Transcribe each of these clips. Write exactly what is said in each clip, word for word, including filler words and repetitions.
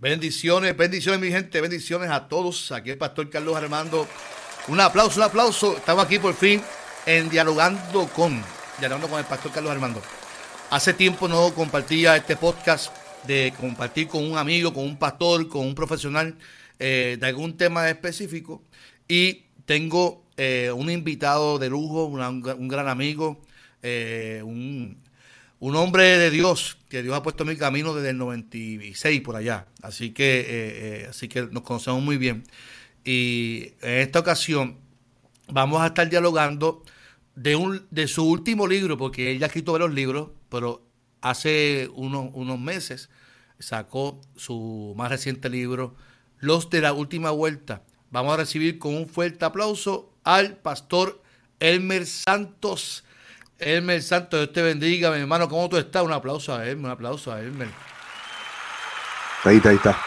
Bendiciones, bendiciones mi gente, bendiciones a todos. Aquí el pastor Carlos Armando. Un aplauso, un aplauso. Estamos aquí por fin en Dialogando con, Dialogando con el pastor Carlos Armando. Hace tiempo no compartía este podcast de compartir con un amigo, con un pastor, con un profesional eh, de algún tema específico. Y tengo eh, un invitado de lujo, una, un gran amigo, eh, un... Un hombre de Dios, que Dios ha puesto en mi camino desde el noventa y seis por allá. Así que, eh, eh, así que nos conocemos muy bien. Y en esta ocasión vamos a estar dialogando de, un, de su último libro, porque él ya ha escrito varios libros, pero hace unos, unos meses sacó su más reciente libro, Los de la Última Vuelta. Vamos a recibir con un fuerte aplauso al pastor Elmer Santos. Elmer Santos, Dios te bendiga, mi hermano. ¿Cómo tú estás? Un aplauso a Elmer, un aplauso a Elmer. Ahí está, ahí está.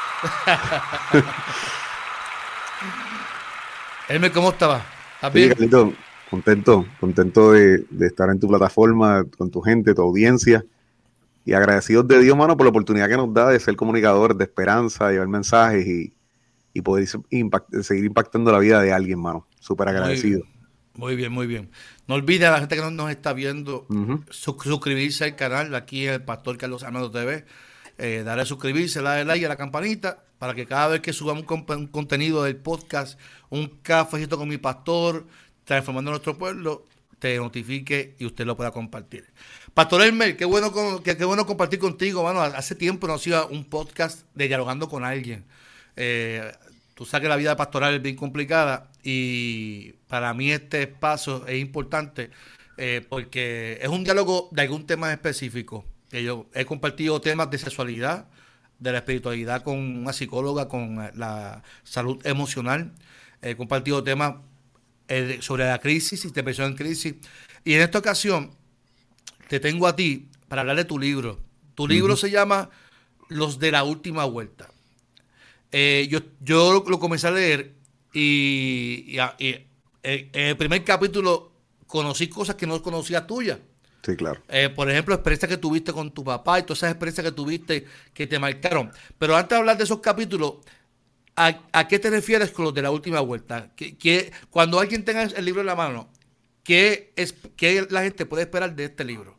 Elmer, ¿cómo estabas? ¿Estás sí, bien? Carlito, contento, contento de, de estar en tu plataforma, con tu gente, tu audiencia. Y agradecidos de Dios, mano, por la oportunidad que nos da de ser comunicadores de esperanza, de llevar mensajes y, y poder impact, seguir impactando la vida de alguien, mano. Súper agradecido. Muy bien, muy bien. No olviden a la gente que nos, nos está viendo, uh-huh. sus, suscribirse al canal, aquí el pastor Carlos Armando T V, eh, darle a suscribirse, darle like a la campanita, para que cada vez que subamos un, un contenido del podcast, un cafecito con mi pastor, transformando nuestro pueblo, te notifique y usted lo pueda compartir. Pastor Elmer, qué bueno, qué, qué bueno compartir contigo, mano. Hace tiempo no hacía un podcast de dialogando con alguien. Eh, Tú sabes que la vida pastoral es bien complicada y para mí este espacio es importante eh, porque es un diálogo de algún tema específico. Que yo he compartido temas de sexualidad, de la espiritualidad con una psicóloga, con la salud emocional. He compartido temas eh, sobre la crisis y depresión en crisis. Y en esta ocasión te tengo a ti para hablar de tu libro. Tu libro uh-huh. se llama Los de la Última Vuelta. Eh, yo, yo lo comencé a leer y, y, y eh, en el primer capítulo conocí cosas que no conocía tuyas. Sí, claro. Eh, por ejemplo, experiencias que tuviste con tu papá y todas esas experiencias que tuviste que te marcaron. Pero antes de hablar de esos capítulos, ¿a, a qué te refieres con los de la última vuelta? ¿Qué, qué, cuando alguien tenga el libro en la mano, ¿qué, es, qué la gente puede esperar de este libro?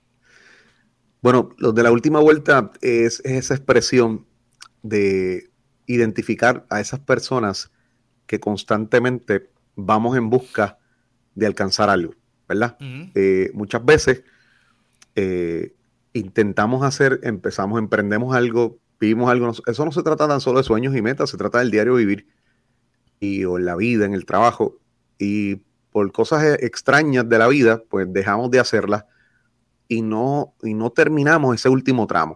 Bueno, los de la última vuelta es, es esa expresión de identificar a esas personas que constantemente vamos en busca de alcanzar algo, ¿verdad? Uh-huh. Eh, muchas veces eh, intentamos hacer, empezamos, emprendemos algo, vivimos algo, eso no se trata tan solo de sueños y metas, se trata del diario vivir y, o en la vida, en el trabajo, y por cosas extrañas de la vida, pues dejamos de hacerlas y no, y no terminamos ese último tramo.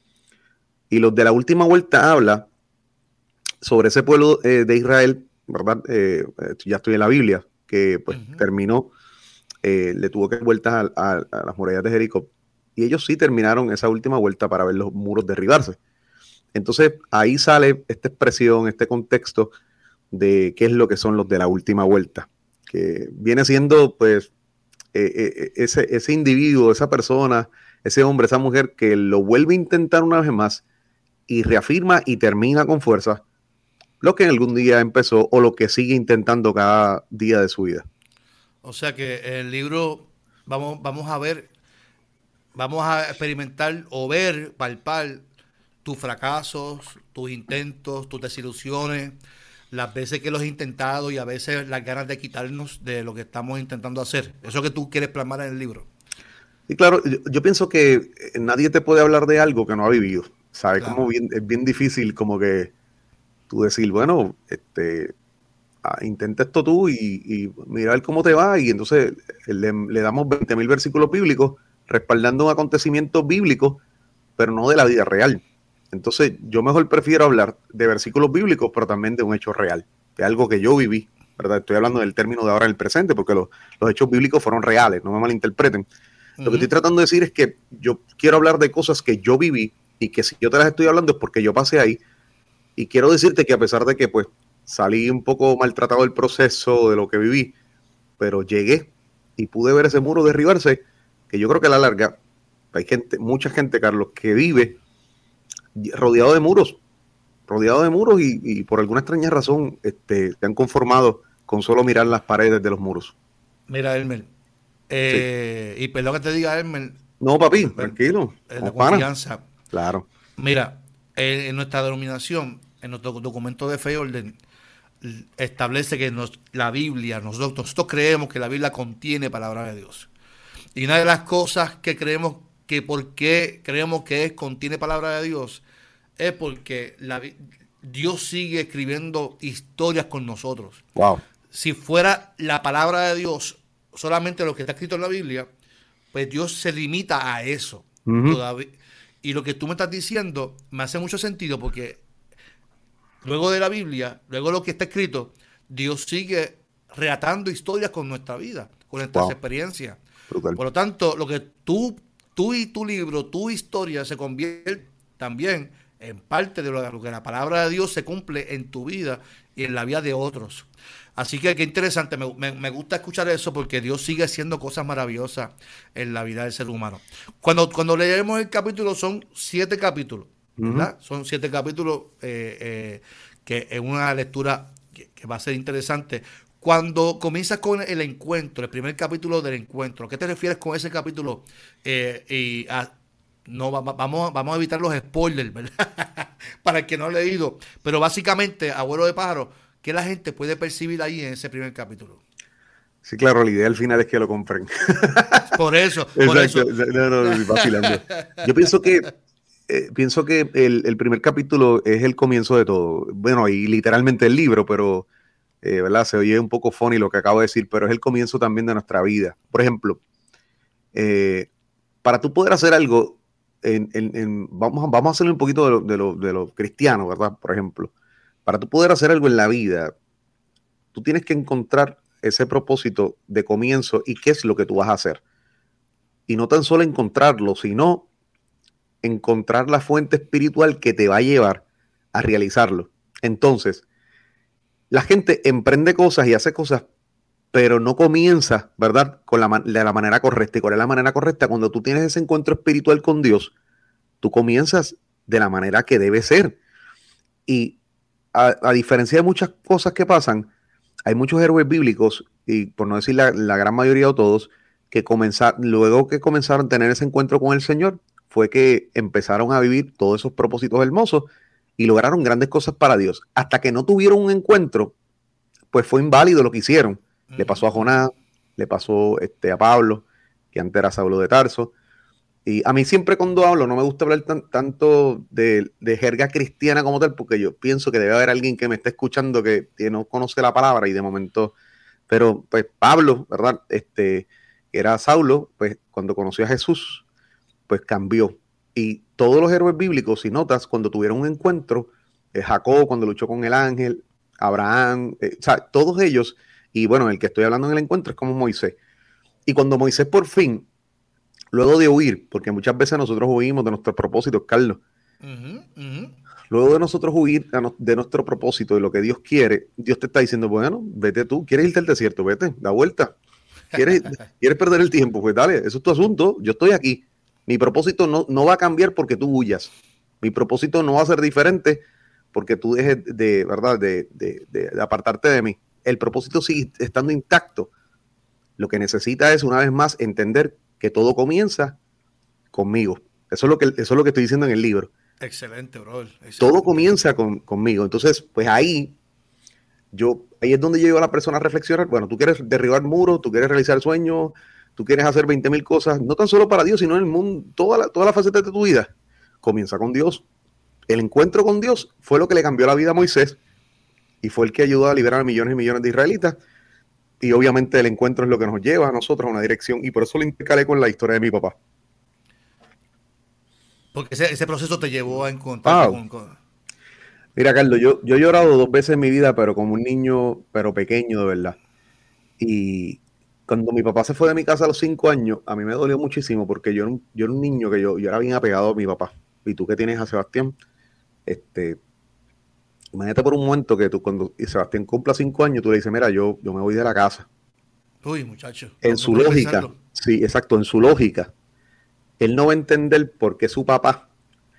Y los de la última vuelta habla sobre ese pueblo eh, de Israel, ¿verdad? Eh, ya estoy en la Biblia, que pues uh-huh. terminó, eh, le tuvo que dar vueltas a, a, a las murallas de Jericó, y ellos sí terminaron esa última vuelta para ver los muros derribarse. Entonces ahí sale esta expresión, este contexto de qué es lo que son los de la última vuelta, que viene siendo pues eh, eh, ese, ese individuo, esa persona, ese hombre, esa mujer que lo vuelve a intentar una vez más y reafirma y termina con fuerza lo que en algún día empezó o lo que sigue intentando cada día de su vida. O sea que el libro, vamos, vamos a ver, vamos a experimentar o ver, palpar tus fracasos, tus intentos, tus desilusiones, las veces que los has intentado y a veces las ganas de quitarnos de lo que estamos intentando hacer. Eso que tú quieres plasmar en el libro. Y claro, yo, yo pienso que nadie te puede hablar de algo que no ha vivido. ¿Sabes? Claro. Como bien, es bien difícil como que tú decir, bueno, este, ah, intenta esto tú y, y mira ver cómo te va. Y entonces le, le damos veinte mil versículos bíblicos respaldando un acontecimiento bíblico, pero no de la vida real. Entonces yo mejor prefiero hablar de versículos bíblicos, pero también de un hecho real, de algo que yo viví, ¿verdad? Estoy hablando del término de ahora en el presente, porque los, los hechos bíblicos fueron reales, no me malinterpreten. Uh-huh. Lo que estoy tratando de decir es que yo quiero hablar de cosas que yo viví y que si yo te las estoy hablando es porque yo pasé ahí. Y quiero decirte que a pesar de que pues salí un poco maltratado del proceso, de lo que viví, pero llegué y pude ver ese muro derribarse, que yo creo que a la larga hay gente, mucha gente, Carlos, que vive rodeado de muros rodeado de muros y, y por alguna extraña razón este, se han conformado con solo mirar las paredes de los muros. Mira, Elmer, eh, sí. y perdón que te diga, Elmer. No, papi, tranquilo. En la confianza. Claro. Mira, en, en nuestra denominación, en nuestro documento de fe y orden, establece que nos, la Biblia, nosotros, nosotros creemos que la Biblia contiene palabra de Dios. Y una de las cosas que creemos que por qué creemos que es, contiene palabra de Dios es porque la, Dios sigue escribiendo historias con nosotros. Wow. Si fuera la palabra de Dios solamente lo que está escrito en la Biblia, pues Dios se limita a eso. Uh-huh. Todavía. Y lo que tú me estás diciendo me hace mucho sentido porque luego de la Biblia, luego de lo que está escrito, Dios sigue relatando historias con nuestra vida, con nuestras wow. experiencias. Brutal. Por lo tanto, lo que tú, tú y tu libro, tu historia se convierte también en parte de lo que la palabra de Dios se cumple en tu vida y en la vida de otros. Así que qué interesante, me, me, me gusta escuchar eso porque Dios sigue haciendo cosas maravillosas en la vida del ser humano. Cuando, cuando leemos el capítulo, son siete capítulos, ¿verdad? Uh-huh. Son siete capítulos eh, eh, que es una lectura que, que va a ser interesante. Cuando comienzas con el encuentro, el primer capítulo del encuentro, ¿a qué te refieres con ese capítulo? Eh, y a, no va, vamos, vamos a evitar los spoilers, ¿verdad? Para el que no ha leído. Pero básicamente, abuelo de pájaro, ¿qué la gente puede percibir ahí en ese primer capítulo? Sí, claro, la idea al final es que lo compren. Por eso, por Exacto. eso. No, no, no, vacilando. Yo pienso que eh, pienso que el, el primer capítulo es el comienzo de todo. Bueno, y literalmente el libro, pero eh, ¿verdad? Se oye un poco funny lo que acabo de decir, pero es el comienzo también de nuestra vida. Por ejemplo, eh, para tú poder hacer algo, en, en, en, vamos, vamos a hacerlo un poquito de lo, de, lo, de lo cristiano, ¿verdad? Por ejemplo, para tú poder hacer algo en la vida, tú tienes que encontrar ese propósito de comienzo y qué es lo que tú vas a hacer. Y no tan solo encontrarlo, sino encontrar la fuente espiritual que te va a llevar a realizarlo. Entonces, la gente emprende cosas y hace cosas, pero no comienza, ¿verdad? Con la, de la manera correcta. ¿Y cuál es la manera correcta? Cuando tú tienes ese encuentro espiritual con Dios, tú comienzas de la manera que debe ser. Y a, a diferencia de muchas cosas que pasan, hay muchos héroes bíblicos, y por no decir la, la gran mayoría o todos, que comenzaron, luego que comenzaron a tener ese encuentro con el Señor, fue que empezaron a vivir todos esos propósitos hermosos y lograron grandes cosas para Dios. Hasta que no tuvieron un encuentro, pues fue inválido lo que hicieron. Uh-huh. Le pasó a Jonás, le pasó este, a Pablo, que antes era Saulo de Tarso. Y a mí siempre cuando hablo no me gusta hablar tan, tanto de, de jerga cristiana como tal, porque yo pienso que debe haber alguien que me esté escuchando que, que no conoce la palabra y de momento, pero pues Pablo, ¿verdad? Este, que era Saulo, pues cuando conoció a Jesús, pues cambió. Y todos los héroes bíblicos, si notas, cuando tuvieron un encuentro, eh, Jacob cuando luchó con el ángel, Abraham, eh, o sea, todos ellos, y bueno, el que estoy hablando en el encuentro es como Moisés. Y cuando Moisés por fin, luego de huir, porque muchas veces nosotros huimos de nuestros propósitos, Carlos. Uh-huh, uh-huh. Luego de nosotros huir de nuestro propósito, de lo que Dios quiere, Dios te está diciendo, bueno, vete tú, ¿quieres irte al desierto? Vete, da vuelta. ¿Quieres, ¿quieres perder el tiempo? Pues dale, eso es tu asunto, yo estoy aquí. Mi propósito no, no va a cambiar porque tú huyas. Mi propósito no va a ser diferente porque tú dejes de, ¿verdad? De, de, de, de apartarte de mí. El propósito sigue estando intacto. Lo que necesita es, una vez más, entender que todo comienza conmigo. Eso es lo que, eso es lo que estoy diciendo en el libro. Excelente, bro. Excelente. Todo comienza con, conmigo. Entonces, pues ahí, yo, ahí es donde yo llevo a la persona a reflexionar. Bueno, tú quieres derribar muros, tú quieres realizar sueños, tú quieres hacer veinte mil cosas, no tan solo para Dios, sino en el mundo, todas las toda la facetas de tu vida. Comienza con Dios. El encuentro con Dios fue lo que le cambió la vida a Moisés y fue el que ayudó a liberar a millones y millones de israelitas. Y obviamente el encuentro es lo que nos lleva a nosotros a una dirección, y por eso lo intercalé con la historia de mi papá. Porque ese, ese proceso te llevó a encontrar wow. con, con... Mira, Carlos, yo, yo he llorado dos veces en mi vida, pero como un niño, pero pequeño de verdad. Y cuando mi papá se fue de mi casa a los cinco años, a mí me dolió muchísimo porque yo, yo era un niño que yo, yo era bien apegado a mi papá. Y tú que tienes a Sebastián, este, imagínate por un momento que tú cuando Sebastián cumpla cinco años, tú le dices, mira, yo, yo me voy de la casa. Uy, muchacho. En no, su no lógica, pensarlo. Sí, exacto, en su lógica, él no va a entender por qué su papá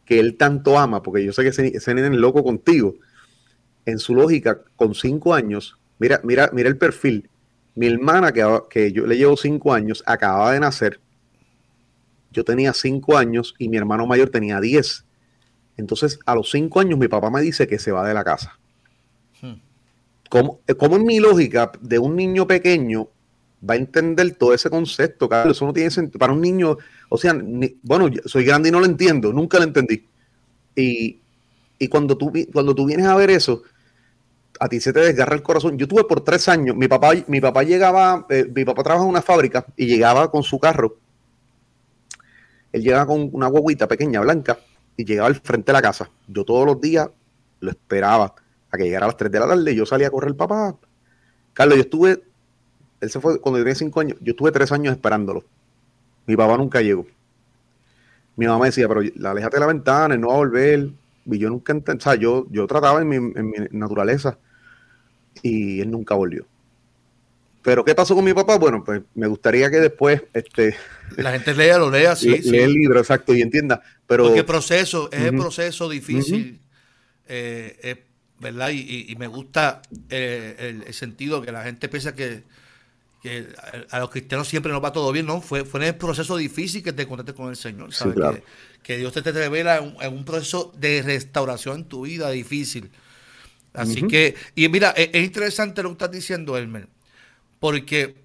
que él tanto ama, porque yo sé que ese, ese nene es loco contigo, en su lógica, con cinco años, mira, mira, mira el perfil. Mi hermana, que, que yo le llevo cinco años, acababa de nacer. Yo tenía cinco años y mi hermano mayor tenía diez. Entonces, a los cinco años, mi papá me dice que se va de la casa. Hmm. ¿Cómo, cómo en mi lógica de un niño pequeño va a entender todo ese concepto? Carlos, eso no tiene sentido. Para un niño, o sea, ni, bueno, soy grande y no lo entiendo, nunca lo entendí. Y, y cuando, tú, cuando tú vienes a ver eso, a ti se te desgarra el corazón. Yo tuve por tres años, mi papá, mi papá llegaba, eh, mi papá trabaja en una fábrica y llegaba con su carro. Él llegaba con una guaguita pequeña, blanca, y llegaba al frente de la casa. Yo todos los días lo esperaba a que llegara a las tres de la tarde y yo salía a correr, papá. Carlos, yo estuve, él se fue cuando yo tenía cinco años, yo estuve tres años esperándolo. Mi papá nunca llegó. Mi mamá decía, pero aléjate de la ventana, no va a volver. Y yo nunca entendí, o sea, yo, yo trataba en mi, en mi naturaleza y él nunca volvió. Pero ¿qué pasó con mi papá? Bueno, pues me gustaría que después este, la gente lea, lo lea, sí. Le, sí. Lee el libro, exacto, y entienda. Pero, porque el proceso, es uh-huh. el proceso difícil, uh-huh. eh, eh, ¿verdad? Y, y, y me gusta eh, el, el sentido que la gente piensa que, que a, a los cristianos siempre nos va todo bien, ¿no? Fue, fue en el proceso difícil que te conectes con el Señor, ¿sabes? Sí, claro. que, que Dios te, te revela en un, en un proceso de restauración en tu vida difícil. Así uh-huh. que, y mira, es, es interesante lo que estás diciendo, Elmer. Porque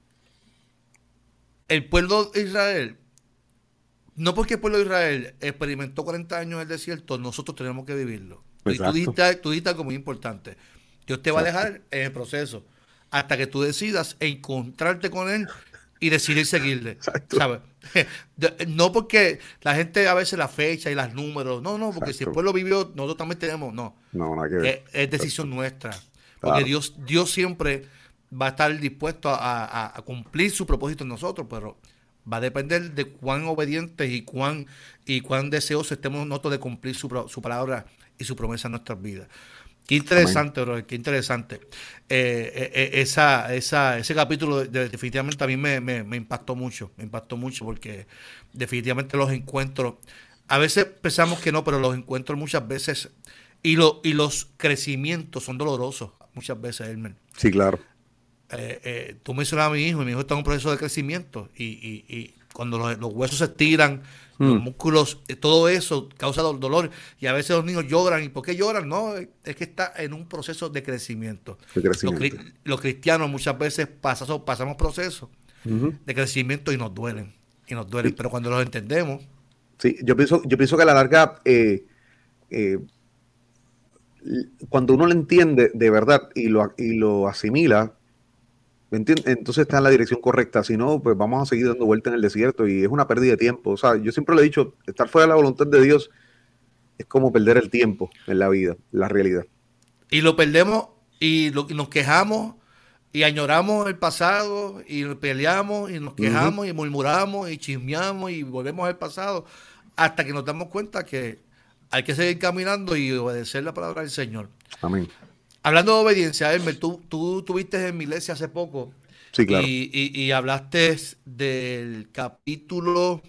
el pueblo de Israel, no porque el pueblo de Israel experimentó cuarenta años en el desierto, nosotros tenemos que vivirlo. Y tú dijiste, tú dijiste algo muy importante. Dios te va Exacto. a dejar en el proceso hasta que tú decidas encontrarte con Él y decidir seguirle. Exacto. ¿Sabes? No porque la gente a veces la fecha y los números, no, no, porque Exacto. si el pueblo vivió, nosotros también tenemos, no. No, nada que ver. Es, es decisión Exacto. nuestra. Porque claro. Dios, Dios siempre va a estar dispuesto a, a, a cumplir su propósito en nosotros, pero va a depender de cuán obedientes y cuán y cuán deseosos estemos nosotros de cumplir su, su palabra y su promesa en nuestras vidas. Qué interesante, bro, qué interesante. Eh, eh, esa, esa, ese capítulo de, de, definitivamente a mí me, me, me impactó mucho, me impactó mucho porque definitivamente los encuentros, a veces pensamos que no, pero los encuentros muchas veces y, lo, y los crecimientos son dolorosos muchas veces, Elmer. Sí, claro. Eh, eh, tú mencionabas a mi hijo y mi hijo está en un proceso de crecimiento y, y, y cuando los, los huesos se estiran, mm. los músculos, eh, todo eso causa dolor y a veces los niños lloran. ¿Y por qué lloran? No, es que está en un proceso de crecimiento. De crecimiento. Los, los cristianos muchas veces pasamos, pasamos procesos uh-huh. de crecimiento y nos duelen, y nos duelen, sí. pero cuando los entendemos. Sí, yo pienso, yo pienso que a la larga, eh, eh, cuando uno lo entiende de verdad y lo, y lo asimila, entonces está en la dirección correcta. Si no, pues vamos a seguir dando vueltas en el desierto y es una pérdida de tiempo. O sea, yo siempre le he dicho, estar fuera de la voluntad de Dios es como perder el tiempo en la vida, en la realidad. Y lo perdemos y, lo, y nos quejamos y añoramos el pasado y peleamos y nos quejamos uh-huh. y murmuramos y chismeamos y volvemos al pasado hasta que nos damos cuenta que hay que seguir caminando y obedecer la palabra del Señor. Amén. Hablando de obediencia, Elmer, tú, tú estuviste en mi iglesia hace poco. Sí, claro. Y, y, y hablaste del capítulo,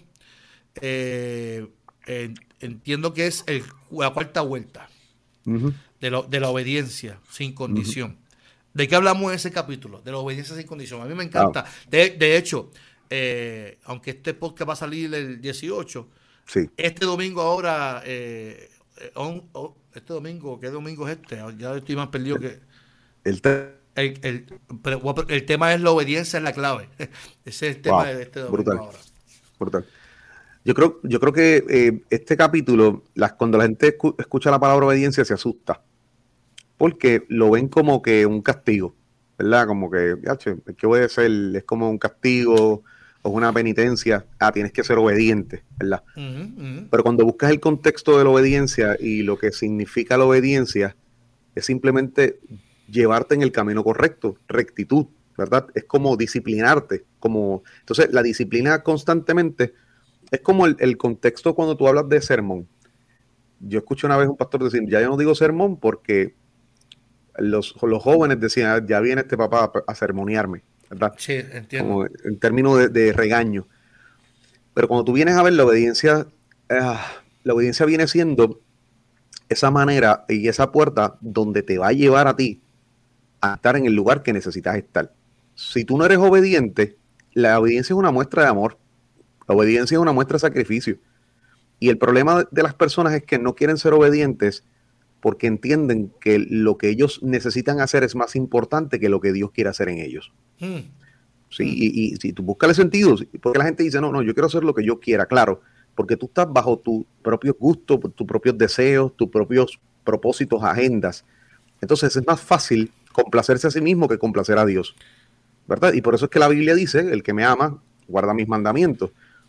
eh, eh, entiendo que es el, la cuarta vuelta uh-huh. de, lo, de la obediencia sin condición. Uh-huh. ¿De qué hablamos en ese capítulo? De la obediencia sin condición. A mí me encanta. Wow. De, de hecho, eh, aunque este podcast va a salir el dieciocho, sí. este domingo ahora... Eh, On, on, este domingo, ¿qué domingo es este? Ya estoy más perdido que... El, te... el, el, pero, el tema es la obediencia es la clave. Ese es el tema wow, de este domingo brutal, ahora. Brutal. Yo creo, yo creo que eh, este capítulo, las, cuando la gente escu- escucha la palabra obediencia se asusta. Porque lo ven como que un castigo, ¿verdad? Como que, yache, ¿qué voy a hacer? Es como un castigo... o una penitencia, ah, tienes que ser obediente, ¿verdad? Uh-huh, uh-huh. Pero cuando buscas el contexto de la obediencia y lo que significa la obediencia, es simplemente llevarte en el camino correcto, rectitud, ¿verdad? Es como disciplinarte, como... Entonces, la disciplina constantemente es como el, el contexto cuando tú hablas de sermón. Yo escuché una vez un pastor decir, ya yo no digo sermón porque los, los jóvenes decían, ya viene este papá a, a sermonearme, ¿verdad? Sí, entiendo. Como en términos de, de regaño. Pero cuando tú vienes a ver la obediencia, eh, la obediencia viene siendo esa manera y esa puerta donde te va a llevar a ti a estar en el lugar que necesitas estar. Si tú no eres obediente, la obediencia es una muestra de amor. La obediencia es una muestra de sacrificio. Y el problema de las personas es que no quieren ser obedientes porque entienden que lo que ellos necesitan hacer es más importante que lo que Dios quiere hacer en ellos. Mm. Sí, mm. Y, y si tú buscas el sentido, porque la gente dice, no, no, yo quiero hacer lo que yo quiera, claro, porque tú estás bajo tus propios gustos, tus propios deseos, tus propios propósitos, agendas. Entonces es más fácil complacerse a sí mismo que complacer a Dios, ¿verdad? Y por eso es que la Biblia dice, el que me ama, guarda mis mandamientos.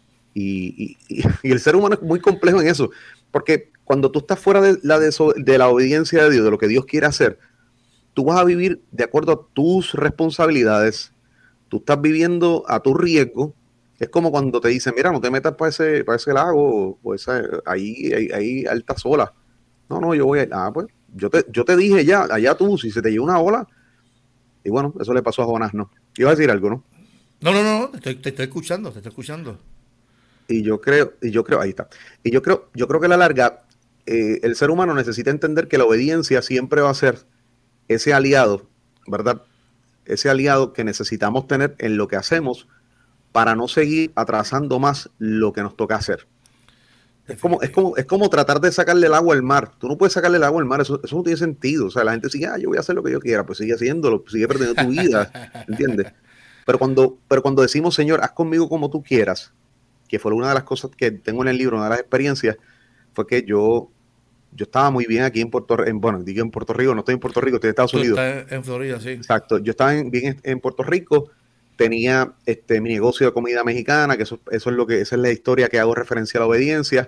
Y, y, y el ser humano es muy complejo en eso, porque cuando tú estás fuera de la, de, de la obediencia de Dios, de lo que Dios quiere hacer, tú vas a vivir de acuerdo a tus responsabilidades, tú estás viviendo a tu riesgo. Es como cuando te dicen, mira, no te metas para ese, para ese lago, o, o esa, ahí hay, hay altas olas. No, no, yo voy a... Ah, pues, yo te, yo te dije ya, allá tú, si se te lleva una ola. Y bueno, eso le pasó a Jonás, ¿no? Iba a decir algo, ¿no? No, no, no, te estoy, te estoy escuchando, te estoy escuchando. Y yo creo, y yo creo, ahí está. Y yo creo, yo creo que a la larga, eh, el ser humano necesita entender que la obediencia siempre va a ser ese aliado, ¿verdad? Ese aliado que necesitamos tener en lo que hacemos para no seguir atrasando más lo que nos toca hacer. Es como, es como, es como tratar de sacarle el agua al mar. Tú no puedes sacarle el agua al mar, eso, eso no tiene sentido. O sea, la gente sigue, ah, yo voy a hacer lo que yo quiera, pues sigue haciéndolo, sigue perdiendo tu vida, ¿entiendes? Pero cuando, pero cuando decimos, Señor, haz conmigo como tú quieras, que fue una de las cosas que tengo en el libro, una de las experiencias, fue que yo, yo estaba muy bien aquí en Puerto Rico, bueno, digo en Puerto Rico, no estoy en Puerto Rico, estoy en Estados Tú Unidos. Estás en Florida, sí. Exacto, yo estaba en, bien en Puerto Rico, tenía este, mi negocio de comida mexicana, que eso, eso es lo que, esa es la historia que hago referencia a la obediencia,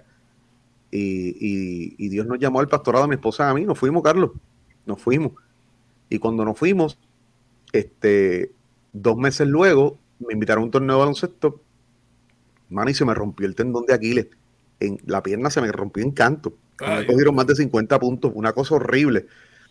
y, y, y Dios nos llamó al pastorado a mi esposa y a mí, nos fuimos, Carlos, nos fuimos, y cuando nos fuimos, este, dos meses luego, me invitaron a un torneo de baloncesto, mano, y se me rompió el tendón de Aquiles. En la pierna se me rompió en canto. Me cogieron más de cincuenta puntos, una cosa horrible.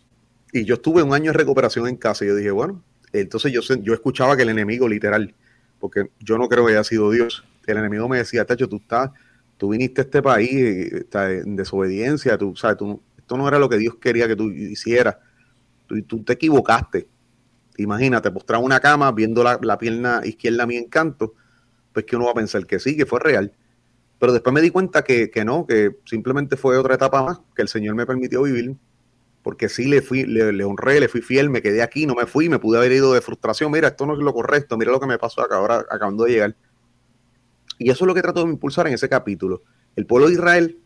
Y yo estuve un año de recuperación en casa y yo dije, bueno, entonces yo, yo escuchaba que el enemigo, literal, porque yo no creo que haya sido Dios, el enemigo me decía, Tacho, tú estás, tú viniste a este país está en desobediencia, tú sabes, tú, esto no era lo que Dios quería que tú hicieras, tú, tú te equivocaste. Imagínate, postrar una cama, viendo la, la pierna izquierda a mí en canto, pues que uno va a pensar que sí, que fue real. Pero después me di cuenta que, que no, que simplemente fue otra etapa más que el Señor me permitió vivir, porque sí le fui, le, le honré, le fui fiel, me quedé aquí, no me fui, me pude haber ido de frustración, mira, esto no es lo correcto, mira lo que me pasó acá, ahora acabando de llegar. Y eso es lo que trato de impulsar en ese capítulo. El pueblo de Israel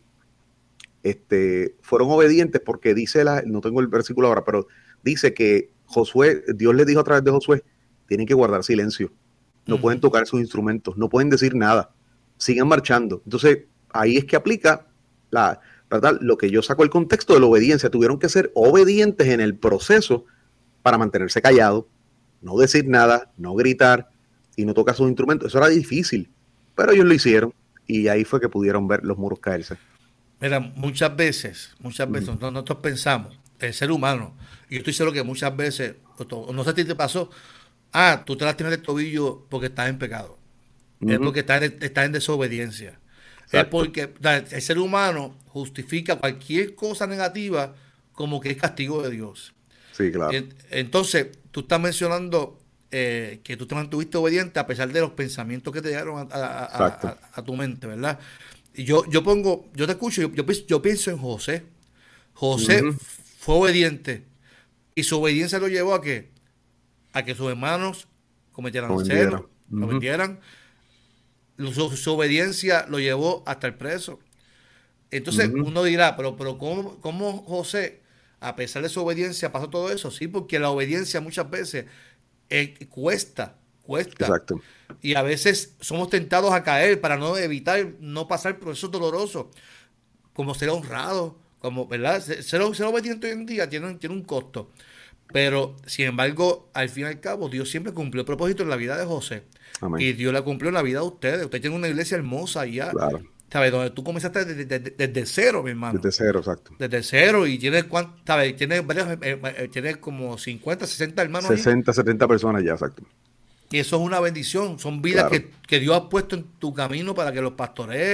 este, fueron obedientes porque dice, la, no tengo el versículo ahora, pero dice que Josué, Dios les dijo a través de Josué, tienen que guardar silencio. No uh-huh. pueden tocar sus instrumentos, no pueden decir nada, sigan marchando. Entonces, ahí es que aplica la, ¿verdad? Lo que yo saco el contexto de la obediencia. Tuvieron que ser obedientes en el proceso para mantenerse callados, no decir nada, no gritar y no tocar sus instrumentos. Eso era difícil, pero ellos lo hicieron y ahí fue que pudieron ver los muros caerse. Mira, muchas veces, muchas veces uh-huh. nosotros pensamos, el ser humano, y yo estoy seguro que muchas veces, no sé si te pasó, ah, tú te las tienes el tobillo porque estás en pecado. Uh-huh. Es porque estás en, estás en desobediencia. Exacto. Es porque el ser humano justifica cualquier cosa negativa como que es castigo de Dios. Sí, claro. Entonces, tú estás mencionando eh, que tú te mantuviste obediente a pesar de los pensamientos que te llegaron a, a, a, a, a tu mente, ¿verdad? Y yo, yo pongo, yo te escucho, yo, yo, yo pienso en José. José uh-huh. fue obediente y su obediencia lo llevó a qué? A que sus hermanos cometieran celo, uh-huh. lo vendieran. Su, su obediencia lo llevó hasta el preso. Entonces uh-huh. uno dirá, pero, pero ¿cómo, ¿cómo José, a pesar de su obediencia, pasó todo eso? Sí, porque la obediencia muchas veces eh, cuesta, cuesta. Exacto. Y a veces somos tentados a caer para no evitar, no pasar procesos dolorosos, como ser honrado, como, ¿verdad? Ser, ser obediente hoy en día tiene, tiene un costo. Pero, sin embargo, al fin y al cabo, Dios siempre cumplió el propósito en la vida de José. Amén. Y Dios la cumplió en la vida de ustedes. Usted tiene una iglesia hermosa allá. Claro. ¿Sabes? Donde tú comenzaste desde, desde, desde cero, mi hermano. Desde cero, exacto. Desde cero. Y tienes, ¿sabes? Tienes, varias, eh, eh, tienes como cincuenta, sesenta hermanos. sesenta, ahí. setenta personas ya, exacto. Y eso es una bendición. Son vidas claro. que, que Dios ha puesto en tu camino para que los pastorees.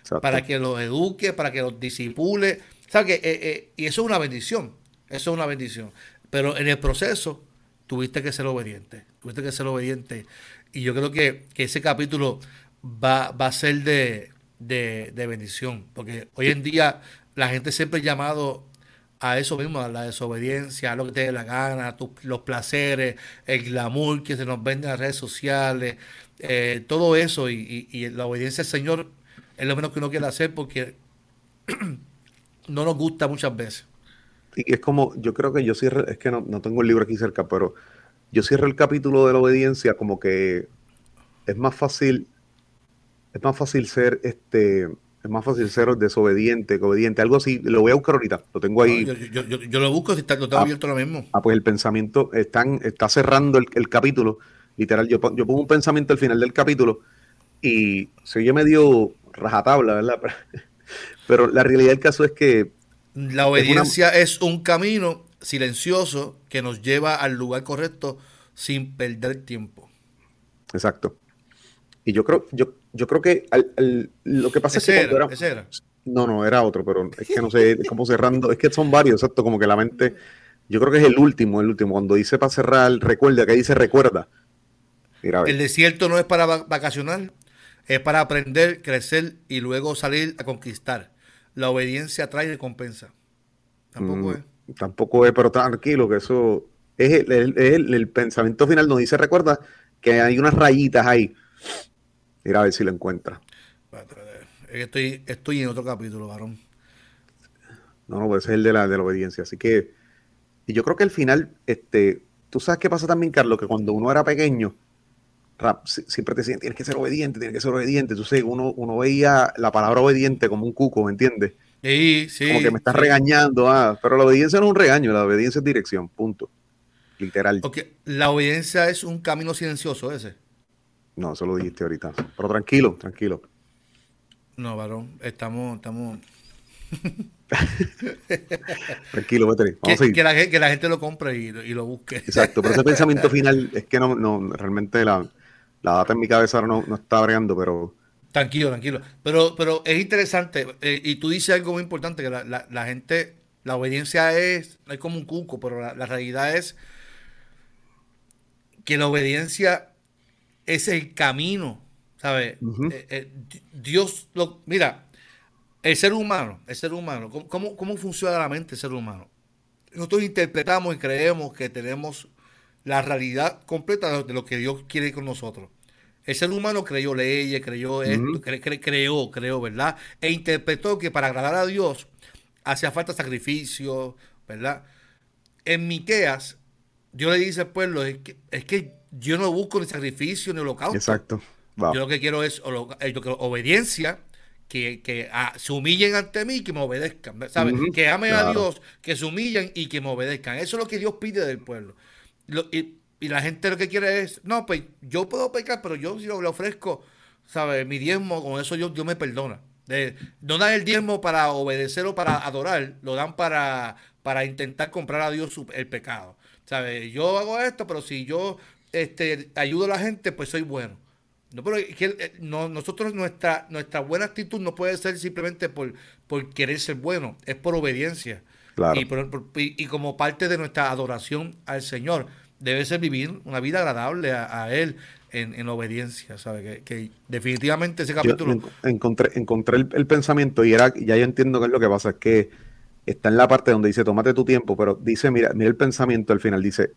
Exacto. para que los eduque, para que los disipule. ¿Sabes qué? Eh, eh, y eso es una bendición. Eso es una bendición. Pero en el proceso tuviste que ser obediente. Tuviste que ser obediente. Y yo creo que, que ese capítulo va, va a ser de, de, de bendición. Porque hoy en día la gente siempre ha llamado a eso mismo, a la desobediencia, a lo que te dé la gana, a tu- los placeres, el glamour que se nos vende en las redes sociales, eh, todo eso. Y, y, y la obediencia al Señor es lo menos que uno quiere hacer porque no nos gusta muchas veces. Y es como, yo creo que yo cierro, es que no, no tengo el libro aquí cerca, pero yo cierro el capítulo de la obediencia como que es más fácil, es más fácil ser este, es más fácil ser desobediente que obediente, algo así, lo voy a buscar ahorita, lo tengo No, ahí. yo, yo, yo, yo lo busco si está, lo tengo Ah, abierto ahora mismo. ah, pues el pensamiento están, está cerrando el, el capítulo, literal, yo, pon- yo pongo un pensamiento al final del capítulo y se oye medio rajatabla, ¿verdad? Pero, pero la realidad del caso es que La es una, obediencia es un camino silencioso que nos lleva al lugar correcto sin perder tiempo. exacto. Y yo creo, yo, yo creo que al- al- lo que pasa es que Ese cuando era, era, ese era. no, no, era otro, pero es que no sé, es como cerrando, es que son varios, exacto, como que la mente, yo creo que es el último, el último, cuando dice para cerrar, recuerda, que dice recuerda. Mira, a El ver. desierto no es para va- vacacionar, es para aprender, crecer y luego salir a conquistar. La obediencia trae recompensa. Mm, Tampoco es. tampoco es, pero tranquilo, que eso es el, el- el- el pensamiento final, nos dice recuerda que hay unas rayitas ahí. Mira a ver si lo encuentra. Espérate, espérate. Es que Estoy, estoy en otro capítulo, varón. No, no, pues ese es el de la, de la obediencia. Así que, y yo creo que al final, este, tú sabes qué pasa también, Carlos, que cuando uno era pequeño, rap, si- siempre te decían, tienes que ser obediente, tienes que ser obediente. Entonces uno, uno veía la palabra obediente como un cuco, ¿me entiendes? Sí, Como que me sí, estás sí. regañando, ah, pero la obediencia no es un regaño, la obediencia es dirección, punto. Literal. Ok, la obediencia es un camino silencioso ese. No, eso lo dijiste ahorita. Pero tranquilo, tranquilo. No, varón, estamos, estamos. Tranquilo, vete, vamos a Que, seguir. que, la, gen- que la gente lo compre y, lo- y lo busque. Exacto, pero ese pensamiento final es que no, no realmente la, la data en mi cabeza ahora no, no está bregando, pero Tranquilo, tranquilo. Pero, pero es interesante, eh, y tú dices algo muy importante, que la, la- la gente, la obediencia es, es como un cuco, pero la, la realidad es que la obediencia es el camino, ¿sabes? ujú, Eh, eh, Di- Dios, lo, mira, el ser humano, el ser humano, ¿cómo, cómo, cómo funciona la mente del ser humano? Nosotros interpretamos y creemos que tenemos la realidad completa de lo que Dios quiere con nosotros. El ser humano creyó leyes, creyó esto, ujú, cre, cre, creó, creó, ¿verdad? E interpretó que para agradar a Dios hacía falta sacrificio, ¿verdad? En Miqueas, Dios le dice al pueblo, es que, es que yo no busco ni sacrificio ni holocausto. exacto. Yo Wow. lo que quiero es holo- eh, yo quiero obediencia, que, que ah, se humillen ante mí y que me obedezcan, ¿sabes? Ujú, Que amen a claro. Dios, que se humillen y que me obedezcan. Eso es lo que Dios pide del pueblo. Lo- y, y la gente lo que quiere es, no, pues yo puedo pecar, pero yo si lo, le ofrezco, ¿sabes? Mi diezmo, con eso Dios, Dios me perdona. De, no dan el diezmo para obedecer o para adorar, lo dan para, para intentar comprar a Dios su- el pecado. ¿Sabes? Yo hago esto, pero si yo este, ayudo a la gente, pues soy bueno. No, pero es que, eh, no, nosotros, nuestra, nuestra buena actitud no puede ser simplemente por, por querer ser bueno, es por obediencia. Y, Claro. por- por- y, y como parte de nuestra adoración al Señor, debe ser vivir una vida agradable a, a Él en, en obediencia, ¿sabe? Que, que definitivamente ese Yo capítulo, enco- encontré, encontré el, el pensamiento y era, ya yo entiendo qué es lo que pasa, es que está en la parte donde dice, tómate tu tiempo, pero dice, mira, mira el pensamiento al final, dice,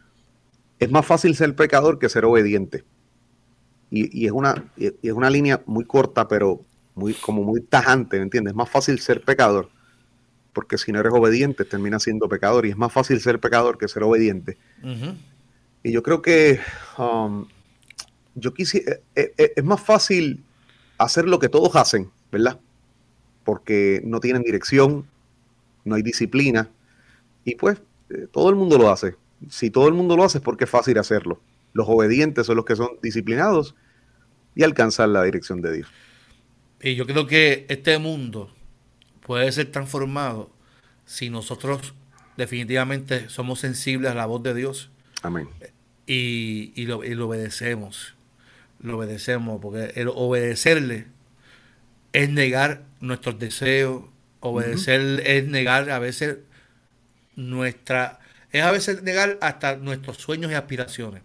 es más fácil ser pecador que ser obediente. Y, y es una, y es una línea muy corta, pero muy, como muy tajante, ¿me entiendes? Es más fácil ser pecador, porque si no eres obediente, terminas siendo pecador, y es más fácil ser pecador que ser obediente. ujú, Y yo creo que um, yo quisiera, eh, eh, es más fácil hacer lo que todos hacen, ¿verdad? Porque no tienen dirección, no hay disciplina, y pues eh, todo el mundo lo hace. Si todo el mundo lo hace es porque es fácil hacerlo. Los obedientes son los que son disciplinados y alcanzan la dirección de Dios. y yo creo que este mundo puede ser transformado si nosotros definitivamente somos sensibles a la voz de Dios Amén. y, y, lo, y lo obedecemos. Lo obedecemos, porque el obedecerle es negar nuestros deseos, obedecer uh-huh. es negar a veces nuestra, es a veces negar hasta nuestros sueños y aspiraciones.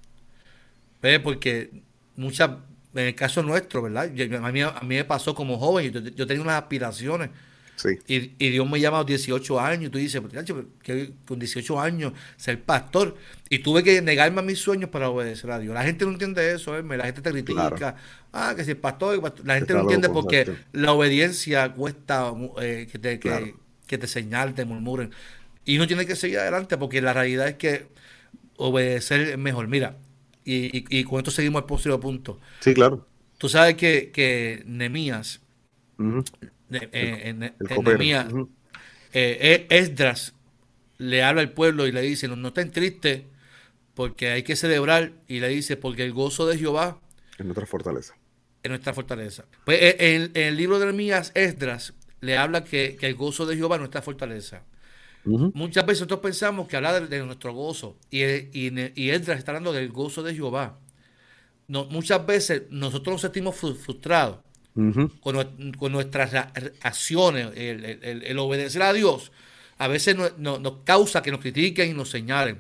¿Ves? Porque muchas, en el caso nuestro, ¿verdad? Yo, a, mí, a mí me pasó como joven, yo, yo tenía unas aspiraciones. Sí. Y, y Dios me llama a los dieciocho años, y tú dices, que con dieciocho años ser pastor, y tuve que negarme a mis sueños para obedecer a Dios. La gente no entiende eso, ¿eh? La gente te critica, claro. ah, que si el pastor, la gente Está no entiende loco, porque exacto. La obediencia cuesta eh, que, te, claro. que, que te señalen, te murmuren, y no tienes que seguir adelante, porque la realidad es que obedecer es mejor. Mira, y, y, y con esto seguimos al próximo punto. Sí, claro. Tú sabes que, que Nehemías, uh-huh. Eh, en, en, en Nehemías, uh-huh. eh, Esdras le habla al pueblo y le dice, no, no estén tristes porque hay que celebrar, y le dice, porque el gozo de Jehová es nuestra fortaleza. Es nuestra fortaleza. Pues en, en el libro de Nehemías, Esdras le habla que, que el gozo de Jehová es nuestra fortaleza. Uh-huh. Muchas veces nosotros pensamos que habla de, de nuestro gozo, y, y, y Esdras está hablando del gozo de Jehová. No, muchas veces nosotros nos sentimos frustrados Uh-huh. Con, con nuestras acciones, el, el, el obedecer a Dios, a veces nos, nos, nos causa que nos critiquen y nos señalen.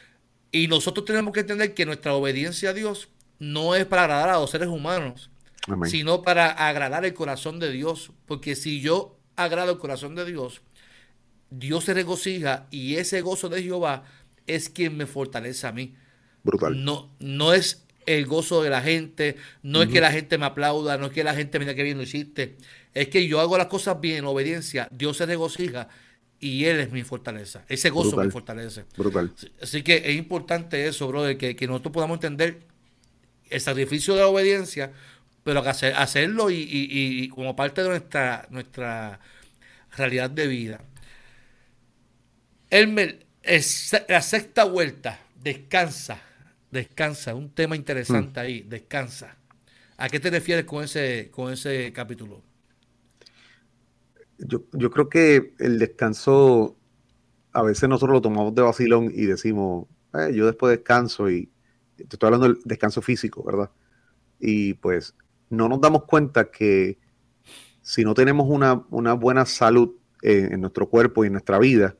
Y nosotros tenemos que entender que nuestra obediencia a Dios no es para agradar a los seres humanos, Amén. Sino para agradar el corazón de Dios. Porque si yo agrado el corazón de Dios, Dios se regocija, y ese gozo de Jehová es quien me fortalece a mí. Brutal. No, no es el gozo de la gente, no uh-huh. es que la gente me aplauda, no es que la gente me diga que bien lo hiciste, es que yo hago las cosas bien en obediencia, Dios se regocija y Él es mi fortaleza, ese gozo Brutal. Me fortalece. Brutal. Así que es importante eso, brother, que, que nosotros podamos entender el sacrificio de la obediencia, pero que hacer, hacerlo y, y, y como parte de nuestra, nuestra realidad de vida. Elmer, es la sexta vuelta, descansa. Descansa, un tema interesante hmm. ahí, descansa. ¿A qué te refieres con ese, con ese capítulo? Yo, yo creo que el descanso, a veces nosotros lo tomamos de vacilón y decimos, eh, yo después descanso, y te estoy hablando del descanso físico, ¿verdad? Y pues no nos damos cuenta que si no tenemos una, una buena salud en, en nuestro cuerpo y en nuestra vida,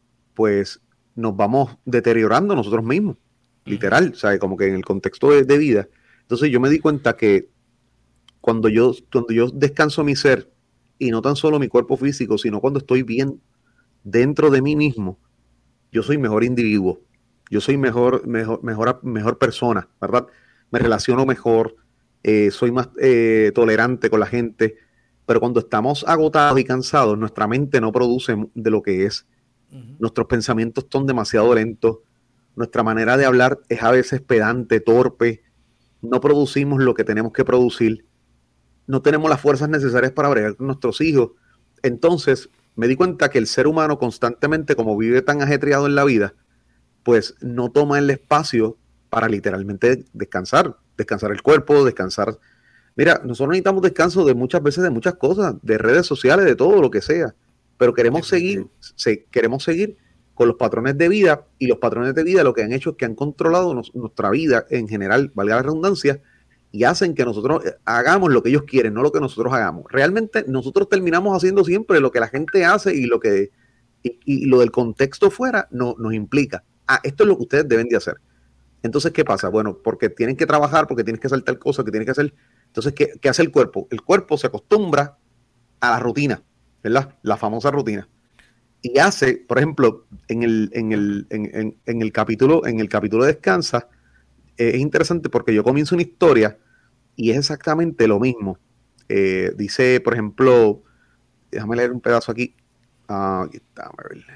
pues nos vamos deteriorando nosotros mismos. Literal, ¿sabes? Como que en el contexto de, de vida. Entonces yo me di cuenta que cuando yo, cuando yo descanso mi ser, y no tan solo mi cuerpo físico, sino cuando estoy bien dentro de mí mismo, yo soy mejor individuo, yo soy mejor, mejor, mejor, mejor persona, ¿verdad? Me relaciono mejor, eh, soy más eh, tolerante con la gente, pero cuando estamos agotados y cansados, nuestra mente no produce de lo que es. Uh-huh. Nuestros pensamientos son demasiado lentos. Nuestra manera de hablar es a veces pedante, torpe. No producimos lo que tenemos que producir. No tenemos las fuerzas necesarias para bregar con nuestros hijos. Entonces, me di cuenta que el ser humano constantemente, como vive tan ajetreado en la vida, pues no toma el espacio para literalmente descansar. Descansar el cuerpo, descansar. Mira, nosotros necesitamos descanso de muchas veces de muchas cosas, de redes sociales, de todo lo que sea. Pero queremos seguir, se, queremos seguir con los patrones de vida, y los patrones de vida lo que han hecho es que han controlado nos, nuestra vida en general, valga la redundancia, y hacen que nosotros hagamos lo que ellos quieren, no lo que nosotros hagamos. Realmente nosotros terminamos haciendo siempre lo que la gente hace, y lo que y, y lo del contexto fuera no, nos implica, ah, esto es lo que ustedes deben de hacer. Entonces, ¿qué pasa? Bueno, porque tienen que trabajar, porque tienes que hacer tal cosa, que tienes que hacer. Entonces, ¿qué, qué hace el cuerpo? El cuerpo se acostumbra a la rutina, ¿verdad? La famosa rutina. Y hace, por ejemplo, en el, en el, en, en, en el capítulo, en el capítulo de Descansa, eh, es interesante porque yo comienzo una historia y es exactamente lo mismo. Eh, dice, por ejemplo, déjame leer un pedazo aquí. Uh, aquí está, a ver.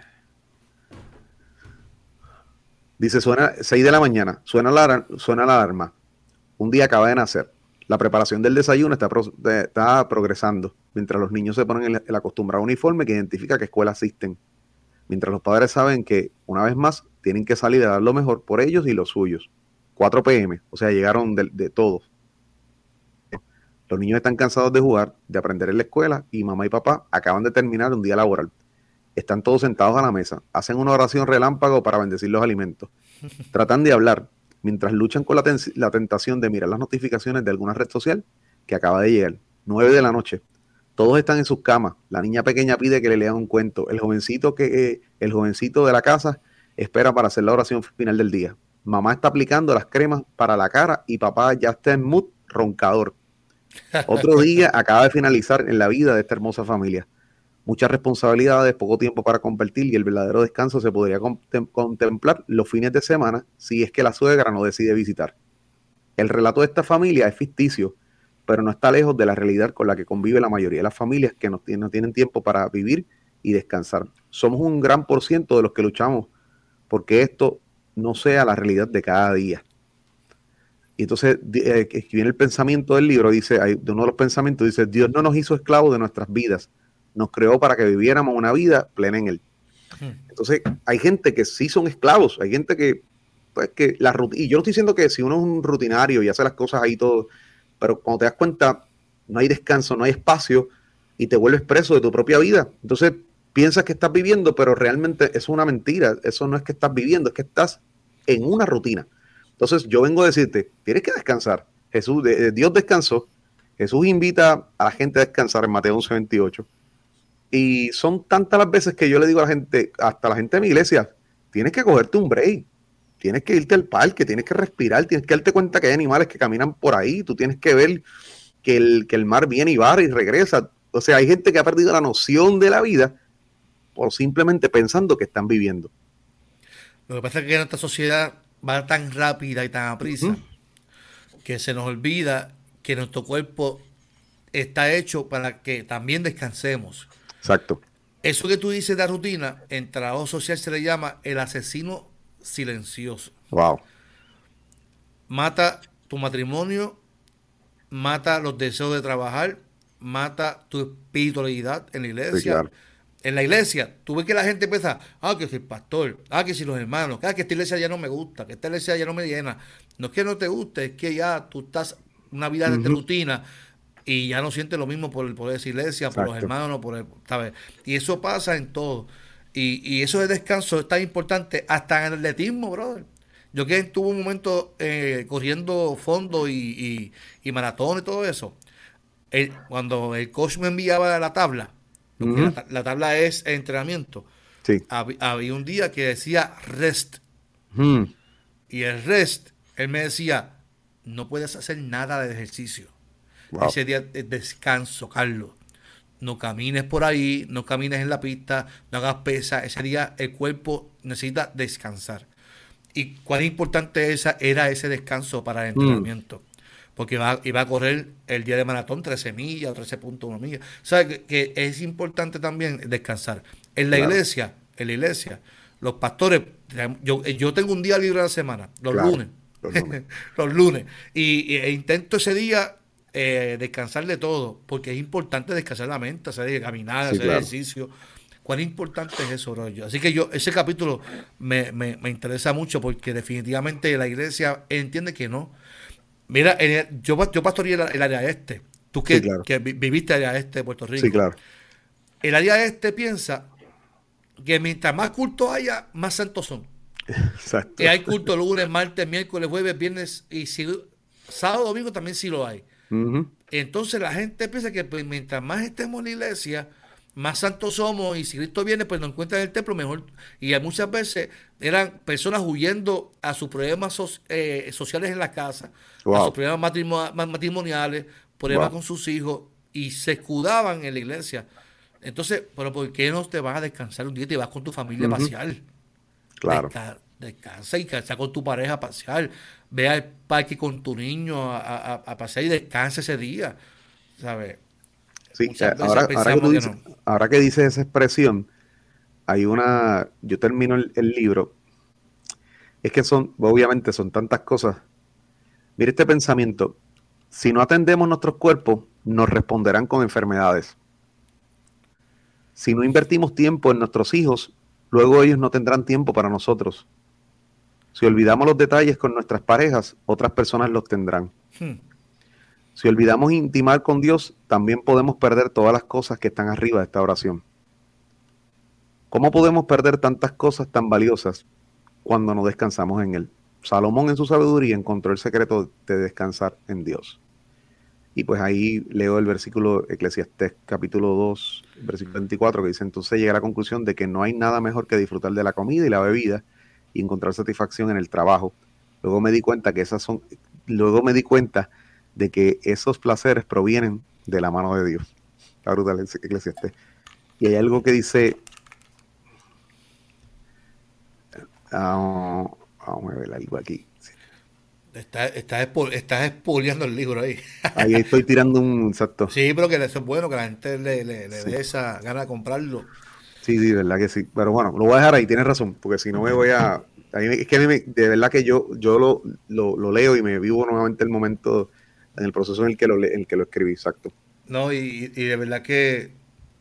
Dice, suena seis de la mañana, suena la, suena la alarma. Un día acaba de nacer. La preparación del desayuno está, pro, de, está progresando, mientras los niños se ponen el, el acostumbrado uniforme que identifica qué escuela asisten. Mientras los padres saben que, una vez más, tienen que salir a dar lo mejor por ellos y los suyos. cuatro pe eme, o sea, llegaron de, de todos. Los niños están cansados de jugar, de aprender en la escuela, y mamá y papá acaban de terminar un día laboral. Están todos sentados a la mesa, hacen una oración relámpago para bendecir los alimentos. Tratan de hablar, mientras luchan con la, ten- la tentación de mirar las notificaciones de alguna red social que acaba de llegar. nueve de la noche. Todos están en sus camas. La niña pequeña pide que le lean un cuento. El jovencito, que, eh, el jovencito de la casa espera para hacer la oración final del día. Mamá está aplicando las cremas para la cara y papá ya está en mood roncador. Otro día acaba de finalizar en la vida de esta hermosa familia. Muchas responsabilidades, poco tiempo para compartir y el verdadero descanso se podría contem- contemplar los fines de semana si es que la suegra no decide visitar. El relato de esta familia es ficticio, pero no está lejos de la realidad con la que convive la mayoría de las familias que no tienen, no tienen tiempo para vivir y descansar. Somos un gran por ciento de los que luchamos porque esto no sea la realidad de cada día. Y entonces, eh, viene el pensamiento del libro, dice, hay, de uno de los pensamientos, dice, Dios no nos hizo esclavos de nuestras vidas, nos creó para que viviéramos una vida plena en Él. Entonces, hay gente que sí son esclavos, hay gente que, pues, que la rutina, y yo no estoy diciendo que si uno es un rutinario y hace las cosas ahí todo, pero cuando te das cuenta, no hay descanso, no hay espacio, y te vuelves preso de tu propia vida. Entonces, piensas que estás viviendo, pero realmente es una mentira, eso no es que estás viviendo, es que estás en una rutina. Entonces yo vengo a decirte, tienes que descansar. Jesús, de, Dios descansó. Jesús invita a la gente a descansar en Mateo once veintiocho. Y son tantas las veces que yo le digo a la gente, hasta a la gente de mi iglesia, tienes que cogerte un break. Tienes que irte al parque, tienes que respirar, tienes que darte cuenta que hay animales que caminan por ahí. Tú tienes que ver que el, que el mar viene y va y regresa. O sea, hay gente que ha perdido la noción de la vida por simplemente pensando que están viviendo. Lo que pasa es que en esta sociedad va tan rápida y tan aprisa uh-huh. que se nos olvida que nuestro cuerpo está hecho para que también descansemos. Exacto. Eso que tú dices de la rutina, en trabajo social se le llama el asesino silencioso. Wow. Mata tu matrimonio, mata los deseos de trabajar, mata tu espiritualidad en la iglesia. Sí, claro. En la iglesia, tú ves que la gente empieza, ah, que si el pastor, ah, que si los hermanos, ah, que esta iglesia ya no me gusta, que esta iglesia ya no me llena. No es que no te guste, es que ya tú estás una vida uh-huh. de rutina y ya no sientes lo mismo por, por esa iglesia, Exacto. por los hermanos, por el, ¿sabes? Y eso pasa en todo. Y, y eso de descanso es tan importante hasta en el atletismo, brother. Yo que tuve un momento eh, corriendo fondo y, y, y maratón y todo eso. El, cuando el coach me enviaba la tabla, porque uh-huh. la, la tabla es entrenamiento. Sí. Hab, había un día que decía rest. Uh-huh. Y el rest, él me decía, no puedes hacer nada de ejercicio. Wow. Ese día es descanso, Carlos. No camines por ahí, no camines en la pista, no hagas pesa. Ese día el cuerpo necesita descansar. Y cuán importante esa era ese descanso para el entrenamiento. Uh-huh. Porque iba, iba a correr el día de maratón trece millas o trece punto uno millas. O sea, que, que es importante también descansar. En la claro. iglesia, en la iglesia, los pastores, yo, yo tengo un día libre a la semana, los claro, lunes. Los lunes. los lunes. Y, y e intento ese día eh, descansar de todo, porque es importante descansar la mente, hacer caminar, sí, hacer claro. ejercicio. ¿Cuán importante es eso, bro? Así que yo, ese capítulo me, me, me interesa mucho, porque definitivamente la iglesia entiende que no. Mira, el, yo, yo pastoreé el, el área este. Tú que, sí, claro. que viviste el área este de Puerto Rico. Sí, claro. El área este piensa que mientras más cultos haya, más santos son. Exacto. Que hay culto lunes, martes, miércoles, jueves, viernes y si, sábado, domingo también sí lo hay. Uh-huh. Entonces la gente piensa que pues, mientras más estemos en la iglesia, más santos somos, y si Cristo viene, pues nos encuentra en el templo mejor. Y muchas veces eran personas huyendo a sus problemas so, eh, sociales en la casa, wow. a sus problemas matrimo- matrimoniales, problemas wow. con sus hijos, y se escudaban en la iglesia. Entonces, pero ¿por qué no te vas a descansar un día y te vas con tu familia uh-huh. a pasear? Claro. Desca- descansa y descansa con tu pareja a pasear. Ve al parque con tu niño a, a, a pasear y descansa ese día, ¿sabes? Sí, ahora, ahora, que tú dices, que no. ahora que dices esa expresión, hay una, yo termino el, el libro, es que son, obviamente son tantas cosas. Mire este pensamiento, si no atendemos nuestros cuerpos, nos responderán con enfermedades. Si no invertimos tiempo en nuestros hijos, luego ellos no tendrán tiempo para nosotros. Si olvidamos los detalles con nuestras parejas, otras personas los tendrán. Hmm. Si olvidamos intimar con Dios, también podemos perder todas las cosas que están arriba de esta oración. ¿Cómo podemos perder tantas cosas tan valiosas cuando no descansamos en Él? Salomón en su sabiduría encontró el secreto de descansar en Dios. Y pues ahí leo el versículo Eclesiastés capítulo dos, versículo veinticuatro, que dice: entonces llegué a la conclusión de que no hay nada mejor que disfrutar de la comida y la bebida y encontrar satisfacción en el trabajo. Luego me di cuenta que esas son, luego me di cuenta de que esos placeres provienen de la mano de Dios. La brutal Eclesiastés. Y hay algo que dice, uh, vamos a ver algo aquí. Estás está, está espoliando el libro ahí. Ahí estoy tirando un exacto. Sí, pero que eso es bueno, que la gente le, le, le sí. dé esa gana de comprarlo. Sí, sí, de verdad que sí. Pero bueno, lo voy a dejar ahí, tienes razón, porque si no me voy a... a mí, es que a mí me, de verdad que yo, yo lo, lo, lo leo y me vivo nuevamente el momento, en el proceso en el que lo, en el que lo escribí, exacto. No, y, y de verdad que...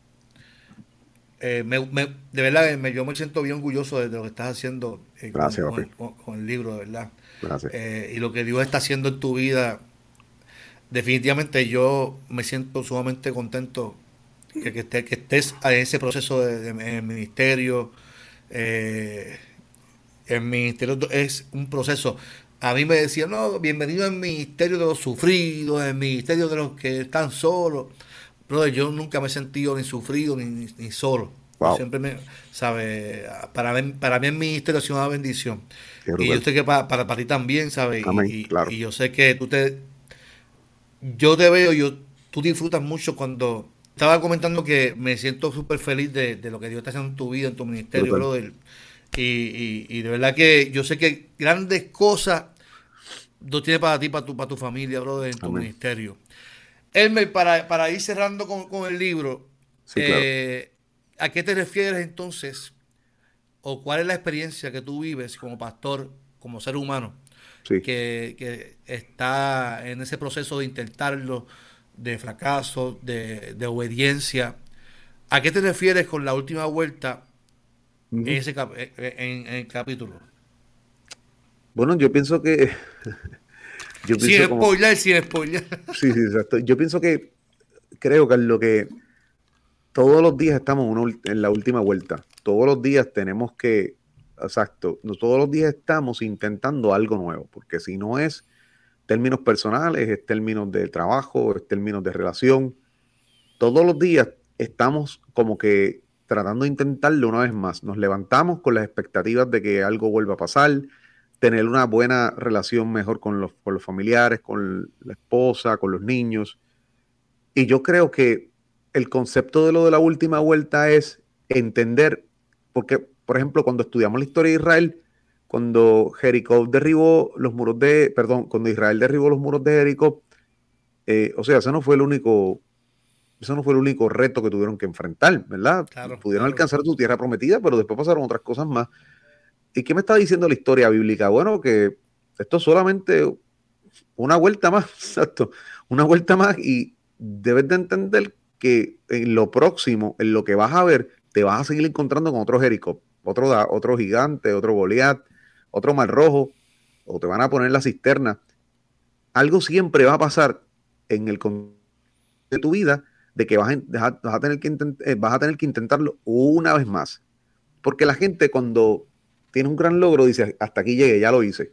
Eh, me, me, de verdad, me, yo me siento bien orgulloso de lo que estás haciendo eh, Gracias, con, con, con el libro, de verdad. Gracias. Eh, y lo que Dios está haciendo en tu vida, definitivamente yo me siento sumamente contento que, que, estés, que estés en ese proceso de, de, de ministerio. Eh, el ministerio es un proceso. A mí me decían, no, bienvenido al ministerio de los sufridos, el ministerio de los que están solos. Brother, yo nunca me he sentido ni sufrido ni, ni, ni solo. Wow. Yo siempre me, ¿sabes? Para mí, para mí el ministerio ha sido una bendición. Y yo sé que para, para, para ti también, ¿sabes? Amén, y, claro. y yo sé que tú te... Yo te veo, yo, tú disfrutas mucho cuando... Estaba comentando que me siento súper feliz de, de lo que Dios está haciendo en tu vida, en tu ministerio, brother. Y, y, y de verdad que yo sé que grandes cosas Dios tiene para ti, para tu, para tu familia, brother, en tu Amén. Ministerio. Elmer, para, para ir cerrando con, con el libro, sí, eh, claro. ¿A qué te refieres entonces? ¿O cuál es la experiencia que tú vives como pastor, como ser humano, sí. que, que está en ese proceso de intentarlo, de fracaso, de, de obediencia? ¿A qué te refieres con la última vuelta uh-huh. en, ese cap en, en el capítulo? Bueno, yo pienso que... yo pienso sin como, spoiler, sin spoiler. Sí, sí, exacto. Yo pienso que, creo que lo que todos los días estamos uno, en la última vuelta. Todos los días tenemos que, exacto, no, todos los días estamos intentando algo nuevo, porque si no es términos personales, es términos de trabajo, es términos de relación, todos los días estamos como que tratando de intentarlo una vez más. Nos levantamos con las expectativas de que algo vuelva a pasar, tener una buena relación mejor con los, con los familiares, con la esposa, con los niños. Y yo creo que el concepto de lo de la última vuelta es entender, porque, por ejemplo, cuando estudiamos la historia de Israel, cuando Jericó derribó los muros de, perdón, cuando Israel derribó los muros de Jericó, eh, o sea, ese no fue el único, ese no fue el único reto que tuvieron que enfrentar, ¿verdad? Claro, Pudieron claro. alcanzar su tierra prometida, pero después pasaron otras cosas más. ¿Y qué me está diciendo la historia bíblica? Bueno, que esto es solamente una vuelta más, exacto, una vuelta más, y debes de entender que en lo próximo, en lo que vas a ver, te vas a seguir encontrando con otro Jericó, otro, otro gigante, otro Goliat, otro Mar Rojo, o te van a poner la cisterna. Algo siempre va a pasar en el de tu vida, de que vas a, vas a, tener, que intent, vas a tener que intentarlo una vez más. Porque la gente cuando tiene un gran logro dice, hasta aquí llegué, ya lo hice.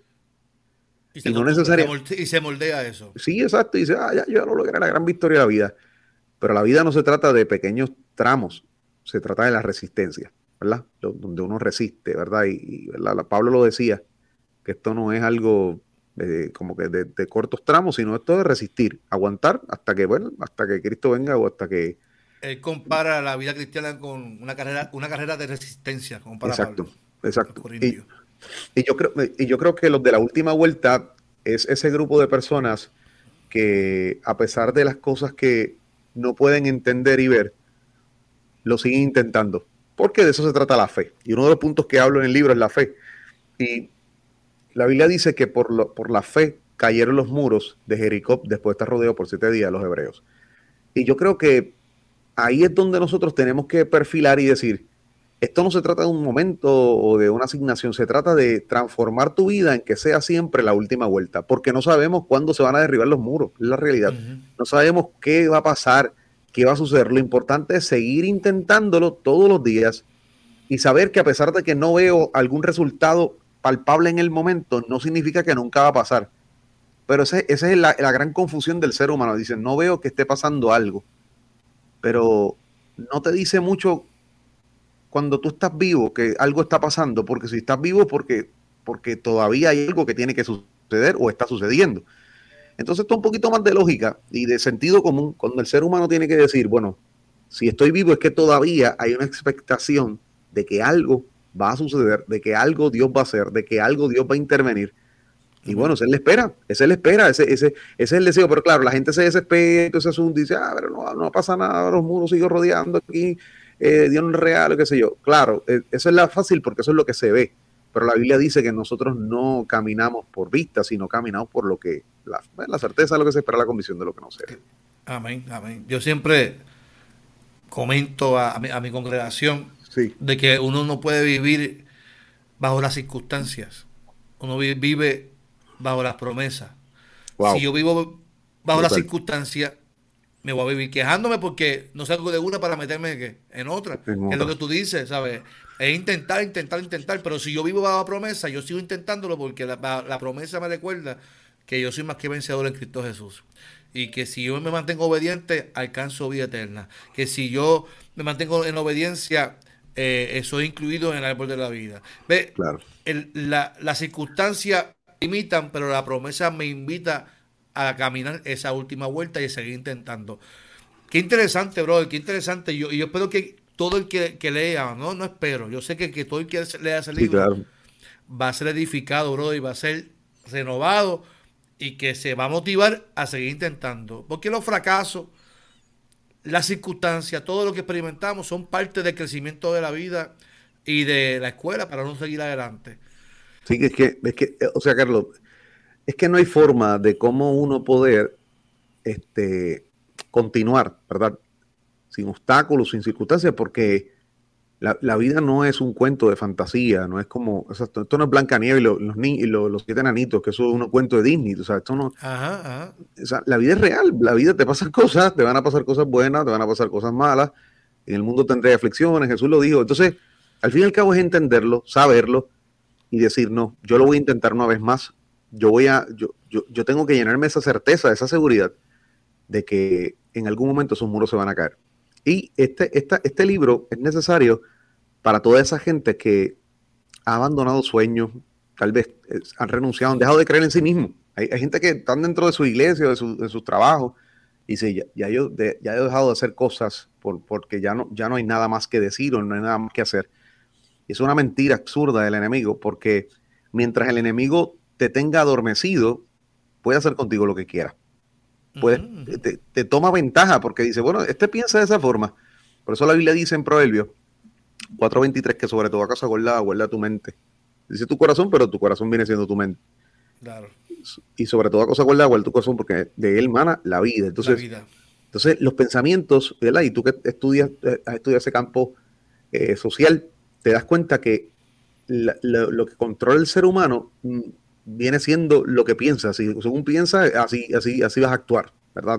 Y se, y no necesariamente, y se moldea eso. Sí, exacto. Y dice, ah, ya, yo ya lo logré, la gran victoria de la vida. Pero la vida no se trata de pequeños tramos, se trata de la resistencia, ¿verdad? Donde uno resiste, ¿verdad? Y, y ¿verdad? Pablo lo decía, que esto no es algo eh, como que de, de cortos tramos, sino esto de resistir, aguantar hasta que, bueno, hasta que Cristo venga o hasta que... Él compara la vida cristiana con una carrera, una carrera de resistencia, compara exacto, Pablo. Exacto. Y, y, yo creo, y yo creo que los de la última vuelta es ese grupo de personas que, a pesar de las cosas que no pueden entender y ver, lo siguen intentando. Porque de eso se trata la fe. Y uno de los puntos que hablo en el libro es la fe. Y la Biblia dice que por, lo, por la fe cayeron los muros de Jericó después de estar rodeado por siete días los hebreos. Y yo creo que ahí es donde nosotros tenemos que perfilar y decir, esto no se trata de un momento o de una asignación, se trata de transformar tu vida en que sea siempre la última vuelta, porque no sabemos cuándo se van a derribar los muros, es la realidad. Uh-huh. No sabemos qué va a pasar, qué va a suceder. Lo importante es seguir intentándolo todos los días y saber que a pesar de que no veo algún resultado palpable en el momento, no significa que nunca va a pasar. Pero esa, esa es la, la gran confusión del ser humano. Dicen, no veo que esté pasando algo. Pero no te dice mucho cuando tú estás vivo que algo está pasando, porque si estás vivo porque, porque todavía hay algo que tiene que suceder o está sucediendo. Entonces esto es un poquito más de lógica y de sentido común, cuando el ser humano tiene que decir, bueno, si estoy vivo es que todavía hay una expectación de que algo va a suceder, de que algo Dios va a hacer, de que algo Dios va a intervenir. Y bueno, esa es la espera, esa es la espera, ese, ese, ese es el deseo. Pero claro, la gente se desespera, ese asunto, dice, ah, pero no, no pasa nada, los muros siguen rodeando aquí, eh, Dios no es real, qué sé yo. Claro, eh, eso es la fácil porque eso es lo que se ve. Pero la Biblia dice que nosotros no caminamos por vista, sino caminamos por lo que, la, la certeza de lo que se espera, la convicción de lo que no se ve. Amén, amén. Yo siempre comento a, a, mi, a mi congregación sí. de que uno no puede vivir bajo las circunstancias. Uno vive, vive bajo las promesas. Wow. Si yo vivo bajo las circunstancias, me voy a vivir quejándome porque no salgo de una para meterme en otra. En otra. Es lo que tú dices, ¿sabes? Es intentar, intentar, intentar. Pero si yo vivo bajo la promesa, yo sigo intentándolo porque la, la promesa me recuerda que yo soy más que vencedor en Cristo Jesús. Y que si yo me mantengo obediente, alcanzo vida eterna. Que si yo me mantengo en obediencia, eh, soy incluido en el árbol de la vida. ¿Ve? Claro. El, la, las circunstancias imitan, pero la promesa me invita a caminar esa última vuelta y seguir intentando. Qué interesante, brother, qué interesante. Y yo, yo espero que todo el que, que lea, no, no espero, yo sé que, que todo el que lea ese libro sí, claro. va a ser edificado, brother, y va a ser renovado y que se va a motivar a seguir intentando. Porque los fracasos, las circunstancias, todo lo que experimentamos son parte del crecimiento de la vida y de la escuela para no seguir adelante. Sí, es que, es que, o sea, Carlos, es que no hay forma de cómo uno poder este, continuar, ¿verdad? Sin obstáculos, sin circunstancias, porque la, la vida no es un cuento de fantasía, no es como, o sea, esto, esto no es Blancanieves y los, los, los, los siete enanitos, que eso es un cuento de Disney, o sea, esto no, ajá, ajá. O sea, la vida es real, la vida te pasan cosas, te van a pasar cosas buenas, te van a pasar cosas malas, en el mundo tendré aflicciones, Jesús lo dijo, entonces, al fin y al cabo es entenderlo, saberlo, y decir, no, yo lo voy a intentar una vez más, yo voy a, yo, yo, yo tengo que llenarme esa certeza, esa seguridad de que en algún momento esos muros se van a caer. Y este, esta, este libro es necesario para toda esa gente que ha abandonado sueños, tal vez han renunciado, han dejado de creer en sí mismos. Hay, hay gente que están dentro de su iglesia, de su, de su trabajo, y dice, ya, ya, yo, de, ya he dejado de hacer cosas por, porque ya no, ya no hay nada más que decir o no hay nada más que hacer. Y es una mentira absurda del enemigo, porque mientras el enemigo te tenga adormecido, puede hacer contigo lo que quiera. Puede, uh-huh. te, te toma ventaja porque dice, bueno, este piensa de esa forma. Por eso la Biblia dice en Proverbios cuatro veintitrés que sobre toda cosa guarda, guarda tu mente. Dice tu corazón, pero tu corazón viene siendo tu mente. Claro. Y sobre toda cosa guarda, guarda tu corazón porque de él mana la vida. Entonces, la vida. Entonces los pensamientos, ¿verdad? Y tú que estudias, has estudiado ese campo eh, social, te das cuenta que la, la, lo que controla el ser humano mm, viene siendo lo que piensas. Si, según piensas, así, así, así vas a actuar, ¿verdad?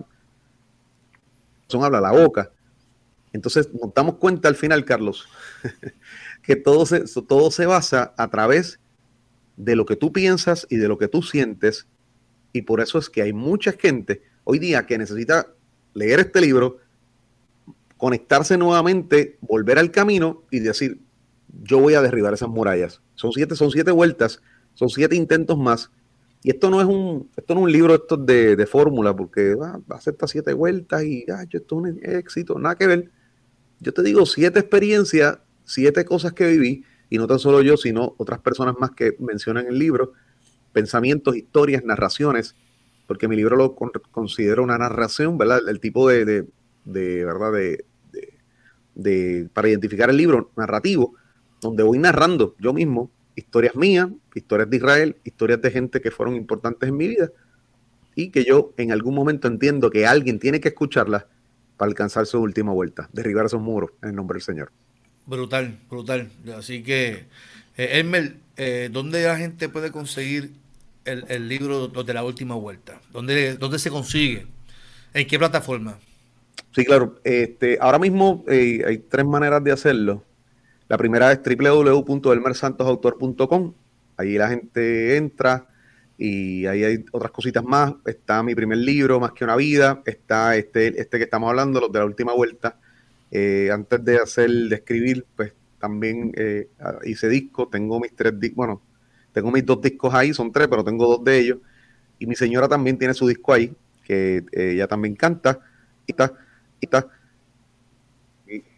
Son habla la boca. Entonces nos damos cuenta al final, Carlos, que todo se, todo se basa a través de lo que tú piensas y de lo que tú sientes. Y por eso es que hay mucha gente hoy día que necesita leer este libro, conectarse nuevamente, volver al camino y decir, yo voy a derribar esas murallas. Son siete, son siete vueltas, son siete intentos más. Y esto no es un, esto no es un libro esto de, de fórmula, porque ah, acepta siete vueltas y ah, esto es un éxito, nada que ver. Yo te digo siete experiencias, siete cosas que viví, y no tan solo yo, sino otras personas más que mencionan en el libro, pensamientos, historias, narraciones, porque mi libro lo con, considero una narración, ¿verdad? El tipo de, de, de ¿verdad? De, de, de, para identificar el libro narrativo, donde voy narrando yo mismo historias mías, historias de Israel, historias de gente que fueron importantes en mi vida y que yo en algún momento entiendo que alguien tiene que escucharlas para alcanzar su última vuelta, derribar esos muros en el nombre del Señor. Brutal, brutal. Así que, eh, Elmer, eh, ¿dónde la gente puede conseguir el, el libro de la última vuelta? ¿Dónde, dónde se consigue? ¿En qué plataforma? Sí, claro. Este, ahora mismo eh, hay tres maneras de hacerlo. La primera es doble u doble u doble u punto elmer santos autor punto com. Ahí la gente entra, Y ahí hay otras cositas más. Está mi primer libro, Más que una vida. Está este, este que estamos hablando, Los de la última vuelta. Eh, antes de hacer, de escribir, pues también eh, hice disco. Tengo mis tres discos, bueno, tengo mis dos discos ahí, son tres, pero tengo dos de ellos. Y mi señora también tiene su disco ahí, que eh, ella también canta. Y está, y está. Y, eh,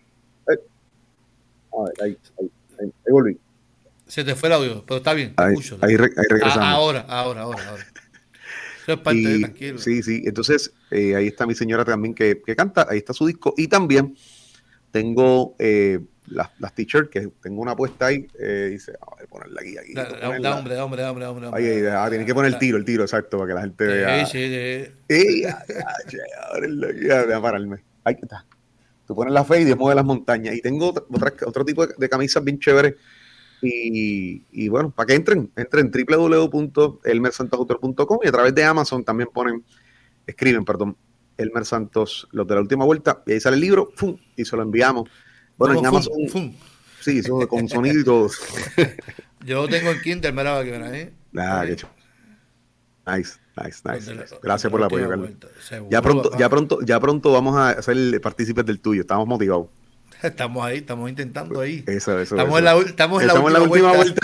a ver, ahí, ahí, ahí, ahí volví. Se te fue el audio, pero está bien, te Ahí, escucho. ahí, re, ahí regresamos. A, ahora, ahora, ahora, ahora. Eso es parte y, de tranquilo. Sí, sí. Entonces, eh, ahí está mi señora también que, que canta, ahí está su disco. Y también tengo eh, las, las t-shirts, que tengo una puesta ahí, eh, dice, a ver, ponerla aquí, aquí. Da, da, da, hombre, da, hombre, da, hombre, da, hombre, da, Ahí, ahí, ah, tienes que poner el tiro, el tiro, exacto, para que la gente sí, vea. Sí, sí, sí. Ya, ya, ya, ya, pararme. Ahí está. Tú pones la fe y Dios mueve las montañas. Y tengo otra, otra, otro tipo de, de camisas bien chéveres. Y, y bueno, para que entren, entren w w w punto elmer santos autor punto com y a través de Amazon también ponen, escriben, perdón, Elmer Santos, Los de la última vuelta, y ahí sale el libro, ¡fum! Y se lo enviamos. Bueno, no, en Amazon, fum, fum. Sí, eso con sonido y todo. Yo tengo el Kindle, mira, que ven ahí. Ah, qué chulo. Nice, nice, nice. nice. Gracias por el apoyo, Carlos. Seguro, ya pronto, papá. ya pronto, ya pronto vamos a ser partícipes del tuyo. Estamos motivados. Estamos ahí, estamos intentando ahí. Eso, eso, estamos, eso. En la, estamos en la estamos última, en la última vuelta.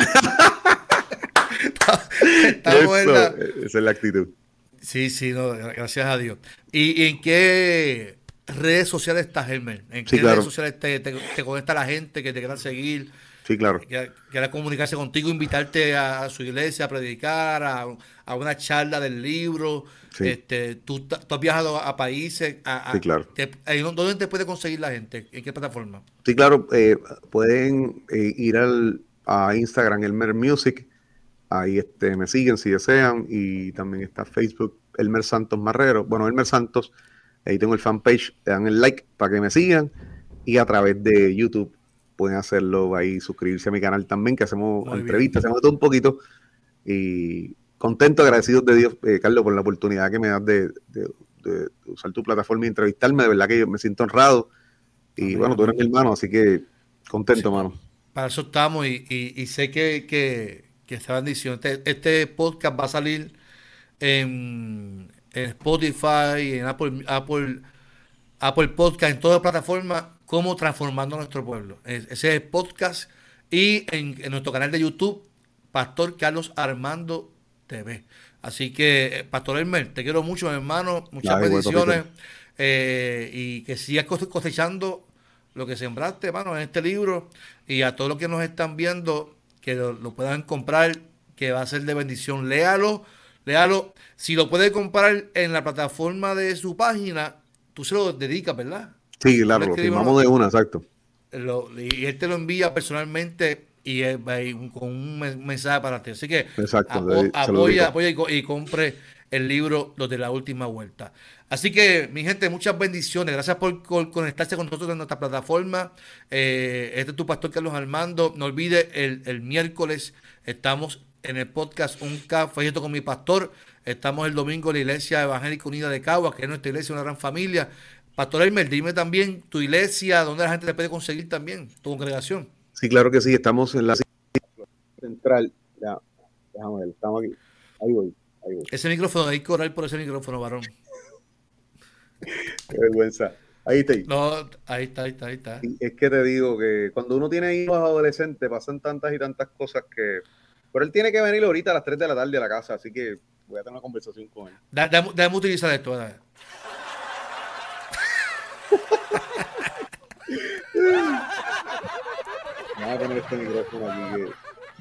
vuelta. estamos eso, en la... Esa es la actitud. Sí, sí, no, gracias a Dios. ¿Y, y en qué redes sociales estás, Elmer? ¿En sí, qué claro. redes sociales te, te, te conecta la gente que te quiera seguir? Sí, claro. Que quiera comunicarse contigo, invitarte a su iglesia a predicar, a, a una charla del libro. Sí. Este, tú, tú has viajado a países. A, a, sí, claro. Te, ¿Dónde te puede conseguir la gente? ¿En qué plataforma? Sí, claro. Eh, pueden eh, ir al, a Instagram, Elmer Music. Ahí este, me siguen si desean. Y también está Facebook, Elmer Santos Marrero. Bueno, Elmer Santos. Ahí tengo el fanpage. Le dan el like para que me sigan. Y a través de YouTube pueden hacerlo ahí, suscribirse a mi canal también, que hacemos Muy entrevistas, bien. hacemos todo un poquito. Y contento, agradecido de Dios, eh, Carlos, por la oportunidad que me das de, de, de usar tu plataforma y entrevistarme. De verdad que yo me siento honrado. Y amén, bueno, tú eres amén. mi hermano, así que contento, sí, hermano. Para eso estamos y, y, y sé que, que, que esta bendición. Este, este podcast va a salir en, en Spotify, en Apple, Apple, Apple Podcast, en todas las plataformas, como Transformando Nuestro Pueblo. Ese es el podcast. Y en, en nuestro canal de YouTube, Pastor Carlos Armando T V. Así que, Pastor Elmer, te quiero mucho, mi hermano. Muchas Ay, bendiciones. Eh, y que sigas cosechando lo que sembraste, hermano, en este libro. Y a todos los que nos están viendo, que lo, lo puedan comprar, que va a ser de bendición. Léalo, léalo. Si lo puede comprar en la plataforma de su página, tú se lo dedicas, ¿verdad? Sí, claro, lo firmamos de una, exacto. Lo, y él te lo envía personalmente y, él, y con un mensaje para ti. Así que exacto, apo, le, apoya, apoya y, y compre el libro Los de la última vuelta. Así que, mi gente, muchas bendiciones. Gracias por, por conectarse con nosotros en nuestra plataforma. Eh, este es tu pastor Carlos Armando. No olvide, el, el miércoles estamos en el podcast Un Café con mi pastor. Estamos el domingo en la Iglesia Evangélica Unida de Caguas, que es nuestra iglesia, una gran familia. Pastor Elmer, dime también tu iglesia, dónde la gente te puede conseguir también, tu congregación. Sí, claro que sí, estamos en la central. Ya, déjame ver, estamos aquí. Ahí voy, ahí voy. Ese micrófono, hay que orar por ese micrófono, varón. Qué vergüenza. Ahí está. No, ahí está, ahí está, ahí está. Y es que te digo que cuando uno tiene hijos adolescentes pasan tantas y tantas cosas que... Pero él tiene que venir ahorita a las tres de la tarde a la casa, así que voy a tener una conversación con él. Déjame, déjame utilizar esto, ¿verdad? Voy a poner este micrófono aquí que...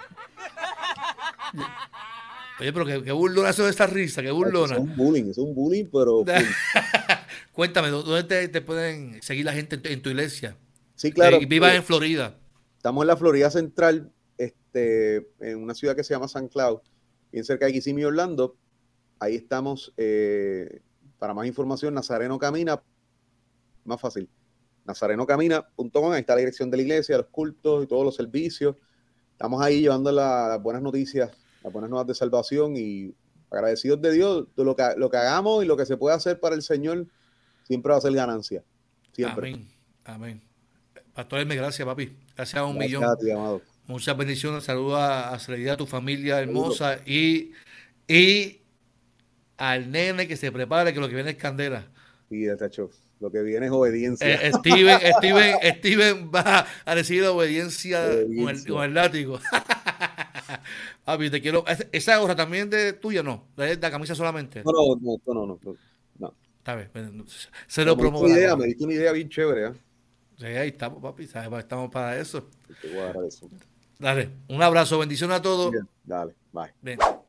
Oye, pero qué, qué burlona eso de esta risa, qué burlona. Es un bullying, es un bullying, pero... Cuéntame, ¿dónde te, te pueden seguir la gente en tu, en tu iglesia? Sí, claro. Eh, vivas en Florida. Estamos en la Florida Central, este, en una ciudad que se llama San Cloud, bien cerca de Kissimmee, Orlando. Ahí estamos. Eh, para más información, Nazareno Camina, más fácil, nazareno camina punto com, ahí está la dirección de la iglesia, los cultos y todos los servicios. Estamos ahí llevando la, las buenas noticias, las buenas nuevas de salvación y agradecidos de Dios, de lo que, lo que hagamos y lo que se puede hacer para el Señor, siempre va a ser ganancia. Siempre. Amén, amén. Pastor Elmer, gracias, papi. Gracias a un Gracias millón. a ti, amado. Muchas bendiciones. Saludos a, a Celia, a tu familia hermosa. Y Y al nene que se prepare, que lo que viene es candela. Y de tacho, lo que viene es obediencia. Eh, Steven, Steven, Steven va a recibir obediencia, obediencia. Con, el, con el látigo. Papi, te quiero. ¿Esa gorra también de tuya no? ¿De la camisa solamente? No, no, no, no, no. no, no. Está bien. Se lo promuevo. Me diste una idea, me diste una idea bien chévere, ¿eh? Sí, ahí estamos, papi. ¿Sabes? Estamos para eso. Te voy a dar eso. Dale, un abrazo, bendiciones a todos. Bien, dale, bye. Bien.